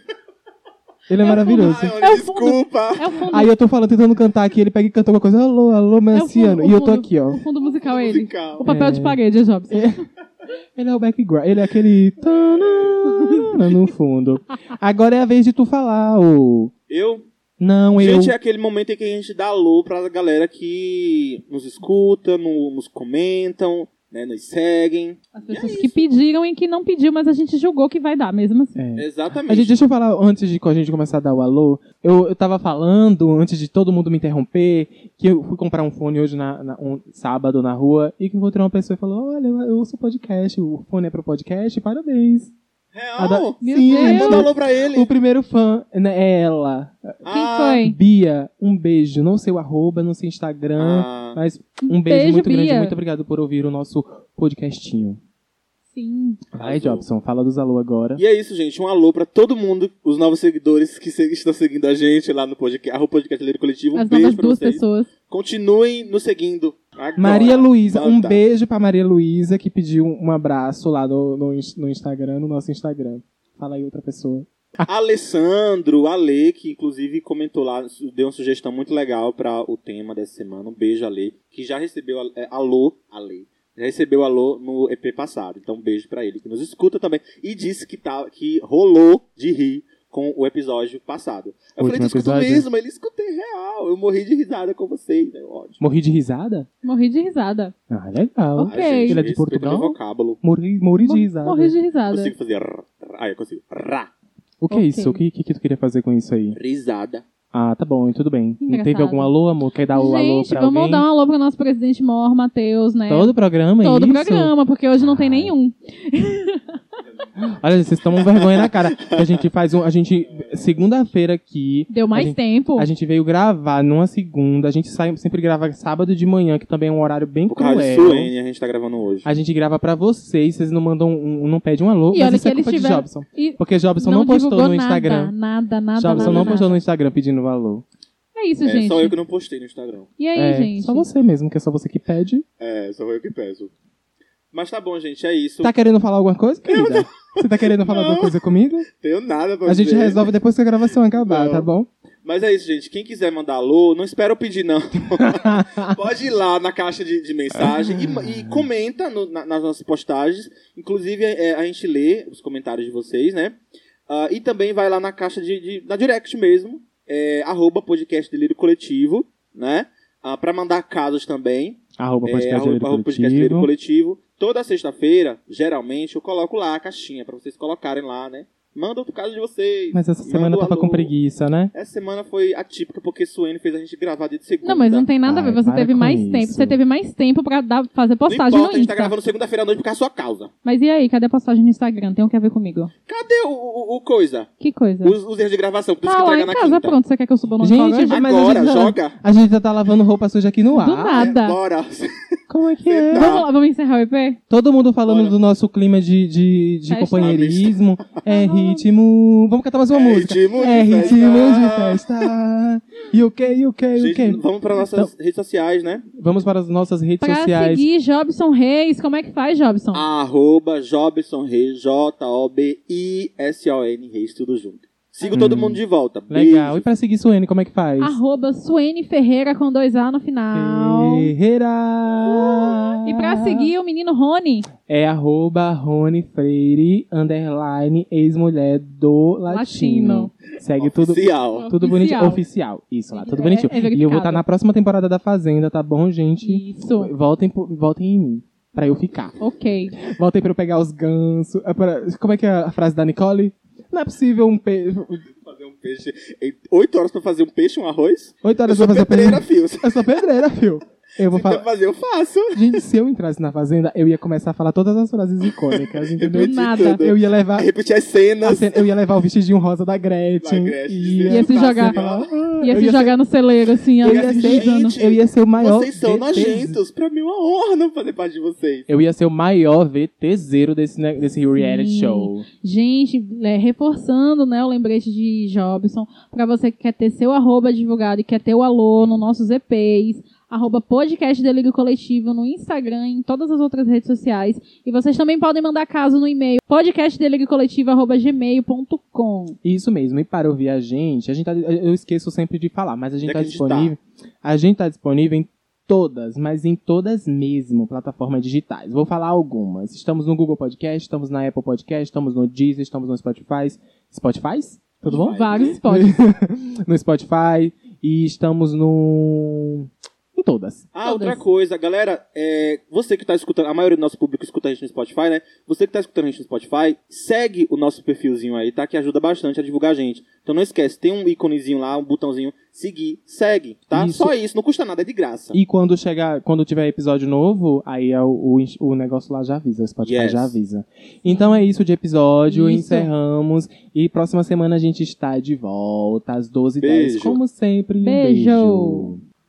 Ele é maravilhoso. Ai, É olha, o fundo. desculpa. É o fundo. Aí eu tô falando, tentando cantar aqui, ele pega e canta alguma coisa. Alô, Marciano. É o E eu tô fundo- aqui, ó. O fundo musical é ele. Musical. O papel de parede, é Jobson. Ele é o background. Ele é aquele... tanana no fundo. Agora é a vez de tu falar, ô. Eu? Não, eu... Gente, é aquele momento em que a gente dá alô pra galera que nos escuta, nos comentam, né, nos seguem. As pessoas que pediram e que não pediu, mas a gente julgou que vai dar mesmo assim. É. Exatamente. Mas, gente, deixa eu falar, antes de a gente começar a dar o alô, eu tava falando, antes de todo mundo me interromper, que eu fui comprar um fone hoje, um sábado, na rua, e que encontrei uma pessoa e falou, olha, eu ouço podcast, o fone é pro podcast, parabéns. Real? Meu Sim, Deus. gente, Manda alô pra ele. o primeiro fã né, é ela. Quem foi? Bia, um beijo, não sei o arroba, não sei o Instagram, mas um beijo muito grande, Bia. muito obrigado por ouvir o nosso podcastinho. Sim. Vai, Jobson, fala dos alô agora. E é isso, gente. Um alô pra todo mundo, os novos seguidores que estão seguindo a gente lá no podcast, podcast Líder Coletivo. Um As beijo novas pra duas vocês. pessoas. Continuem nos seguindo. Agora. Maria Luísa, um Tá. beijo pra Maria Luísa, que pediu um abraço lá no Instagram, no nosso Instagram. Fala aí outra pessoa. Alessandro, Ale, que inclusive comentou lá, deu uma sugestão muito legal para o tema dessa semana. Um beijo, Ale, que já recebeu alô, Ale. Já recebeu alô no EP passado. Então, um beijo pra ele, que nos escuta também. E disse que rolou de rir com o episódio passado. Eu O falei, tu último escutou episódio? mesmo? Ele escutei real. Eu morri de risada com vocês, né? Ótimo. Morri de risada? Morri de risada. Ah, legal. Ok. Ele é de respeita Portugal? meu vocábulo. Morri de risada. Morri de risada. Consigo fazer... eu consigo. O que é Ok. isso? O que tu queria fazer com isso aí? Risada. Ah, tá bom, tudo bem. Não Engraçado. teve algum alô, amor? Quer dar o alô Gente, pra vamos alguém? dar um alô pro nosso presidente mor, Matheus, né? Todo o programa, Todo o isso? programa, porque hoje não tem nenhum. Olha, vocês tomam vergonha na cara. A gente faz a gente segunda-feira aqui. Deu mais tempo. A gente veio gravar numa segunda. A gente sempre grava sábado de manhã, que também é um horário bem Por causa de cruel. Suene, a gente tá gravando hoje. A gente grava pra vocês não mandam não pedem um alô, E mas olha isso que é eles culpa de tiveram- Jobson. E Porque Jobson não postou divulgou no Instagram. Nada. Jobson não postou no Instagram pedindo alô. É isso, É, gente. só eu que não postei no Instagram. E aí, gente? Só você mesmo, que é só você que pede. É, só eu que peço. Mas tá bom, gente, é isso. Tá querendo falar alguma coisa, querida? Você tá querendo falar alguma coisa comigo? Tenho nada pra A gente dizer. resolve depois que a gravação acabar, Não. tá bom? Mas é isso, gente. Quem quiser mandar alô, não espera eu pedir, não. Pode ir lá na caixa de mensagem e comenta nas nossas postagens. Inclusive, a gente lê os comentários de vocês, né? E também vai lá na caixa na direct mesmo. @podcast Delírio Coletivo, né? Pra mandar casos também. @podcast Podcast Delírio Coletivo. Toda sexta-feira, geralmente, eu coloco lá a caixinha pra vocês colocarem lá, né? Manda outro caso de vocês. Mas essa semana Manda o tava alô. com preguiça, né? Essa semana foi atípica porque Suene fez a gente gravar dia de segunda. Não, mas não tem nada a ver. Ai, Você para teve com mais isso. tempo. Você teve mais tempo pra fazer Não postagem importa, a no gente tá Insta. gravando segunda-feira à noite por causa da sua causa. Mas e aí, cadê a postagem no Instagram? Tem o que a ver comigo? Cadê o coisa? Que coisa. Os erros de gravação, que tu Tá lá entrega em na casa, quinta. pronto. Você quer que eu suba no Gente, Instagram? mas Agora, joga. A gente já tá lavando roupa suja aqui no ar. Do nada. Bora. Como é que é? Vamos lá, vamos encerrar o EP? Todo mundo falando Bora. do nosso clima de Festa. companheirismo. É ritmo. Vamos cantar mais uma música. ritmo de É ritmo festa. de festa. E o que? Gente, vamos para nossas redes sociais, né? Vamos para as nossas redes Pra sociais. seguir Jobson Reis, como é que faz, Jobson? @Jobson Reis, JOBISON Reis, tudo junto. Sigo todo mundo de volta. Legal. Beijo. E pra seguir Suene, como é que faz? @Suene Ferreira com 2A no final. Ferreira. E pra seguir o menino Rony, É @Rony Freire, ex-mulher do Latino. Segue tudo Oficial. tudo Oficial. bonitinho. Oficial. Isso lá, tudo É- bonitinho. é E eu vou verificado. estar na próxima temporada da Fazenda, tá bom, gente? Isso. Voltem em mim, pra eu ficar. Ok. Voltem pra eu pegar os gansos. Como é que é a frase da Nicole? Não é possível um peixe... Fazer um peixe. 8 horas pra fazer um peixe, um arroz? 8 horas Eu pra sou fazer pedreira, fio. Se Eu sou pedreira, fio. Eu vou quer falar... fazer, eu faço. Gente, se eu entrasse na Fazenda, eu ia começar a falar todas as frases icônicas, entendeu? Repetir nada. tudo. Eu ia levar... Repetir as cenas. Eu ia levar o vestidinho rosa da Gretchen. Da Gretchen. Ia se jogar. Ia eu se jogar no celeiro, assim, Eu ó, ia ser- deslizando. Gente, Eu ia ser o maior... Vocês são VT nojentos. Pra mim é uma honra não fazer parte de vocês. Eu ia ser o maior VTZero desse reality Sim. show. Gente, reforçando, né, o lembrete de Jobson, pra você que quer ter seu @, divulgado e quer ter o alô nos nossos EPs, @podcast Delírio Coletivo no Instagram e em todas as outras redes sociais. E vocês também podem mandar caso no e-mail podcastdeliriocoletivo@gmail.com. Isso mesmo. E para ouvir a gente eu esqueço sempre de falar, mas a gente Onde é tá que a gente disponível. A gente tá disponível em todas, mas em todas mesmo, plataformas digitais. Vou falar algumas. Estamos no Google Podcast, estamos na Apple Podcast, estamos no Deezer, estamos no Spotify. Spotify? Tudo bom? Vários spots. No Spotify. E estamos em todas. Outra coisa, galera, você que tá escutando, a maioria do nosso público escuta a gente no Spotify, né? Você que tá escutando a gente no Spotify, segue o nosso perfilzinho aí, tá? Que ajuda bastante a divulgar a gente. Então não esquece, tem um íconezinho lá, um botãozinho, seguir, segue, tá? Isso. Só isso, não custa nada, é de graça. E quando tiver episódio novo, aí o negócio lá já avisa, o Spotify Yes. já avisa. Então é isso de episódio, Isso. encerramos. E próxima semana a gente está de volta às 12h10, Beijo. como sempre. Beijo.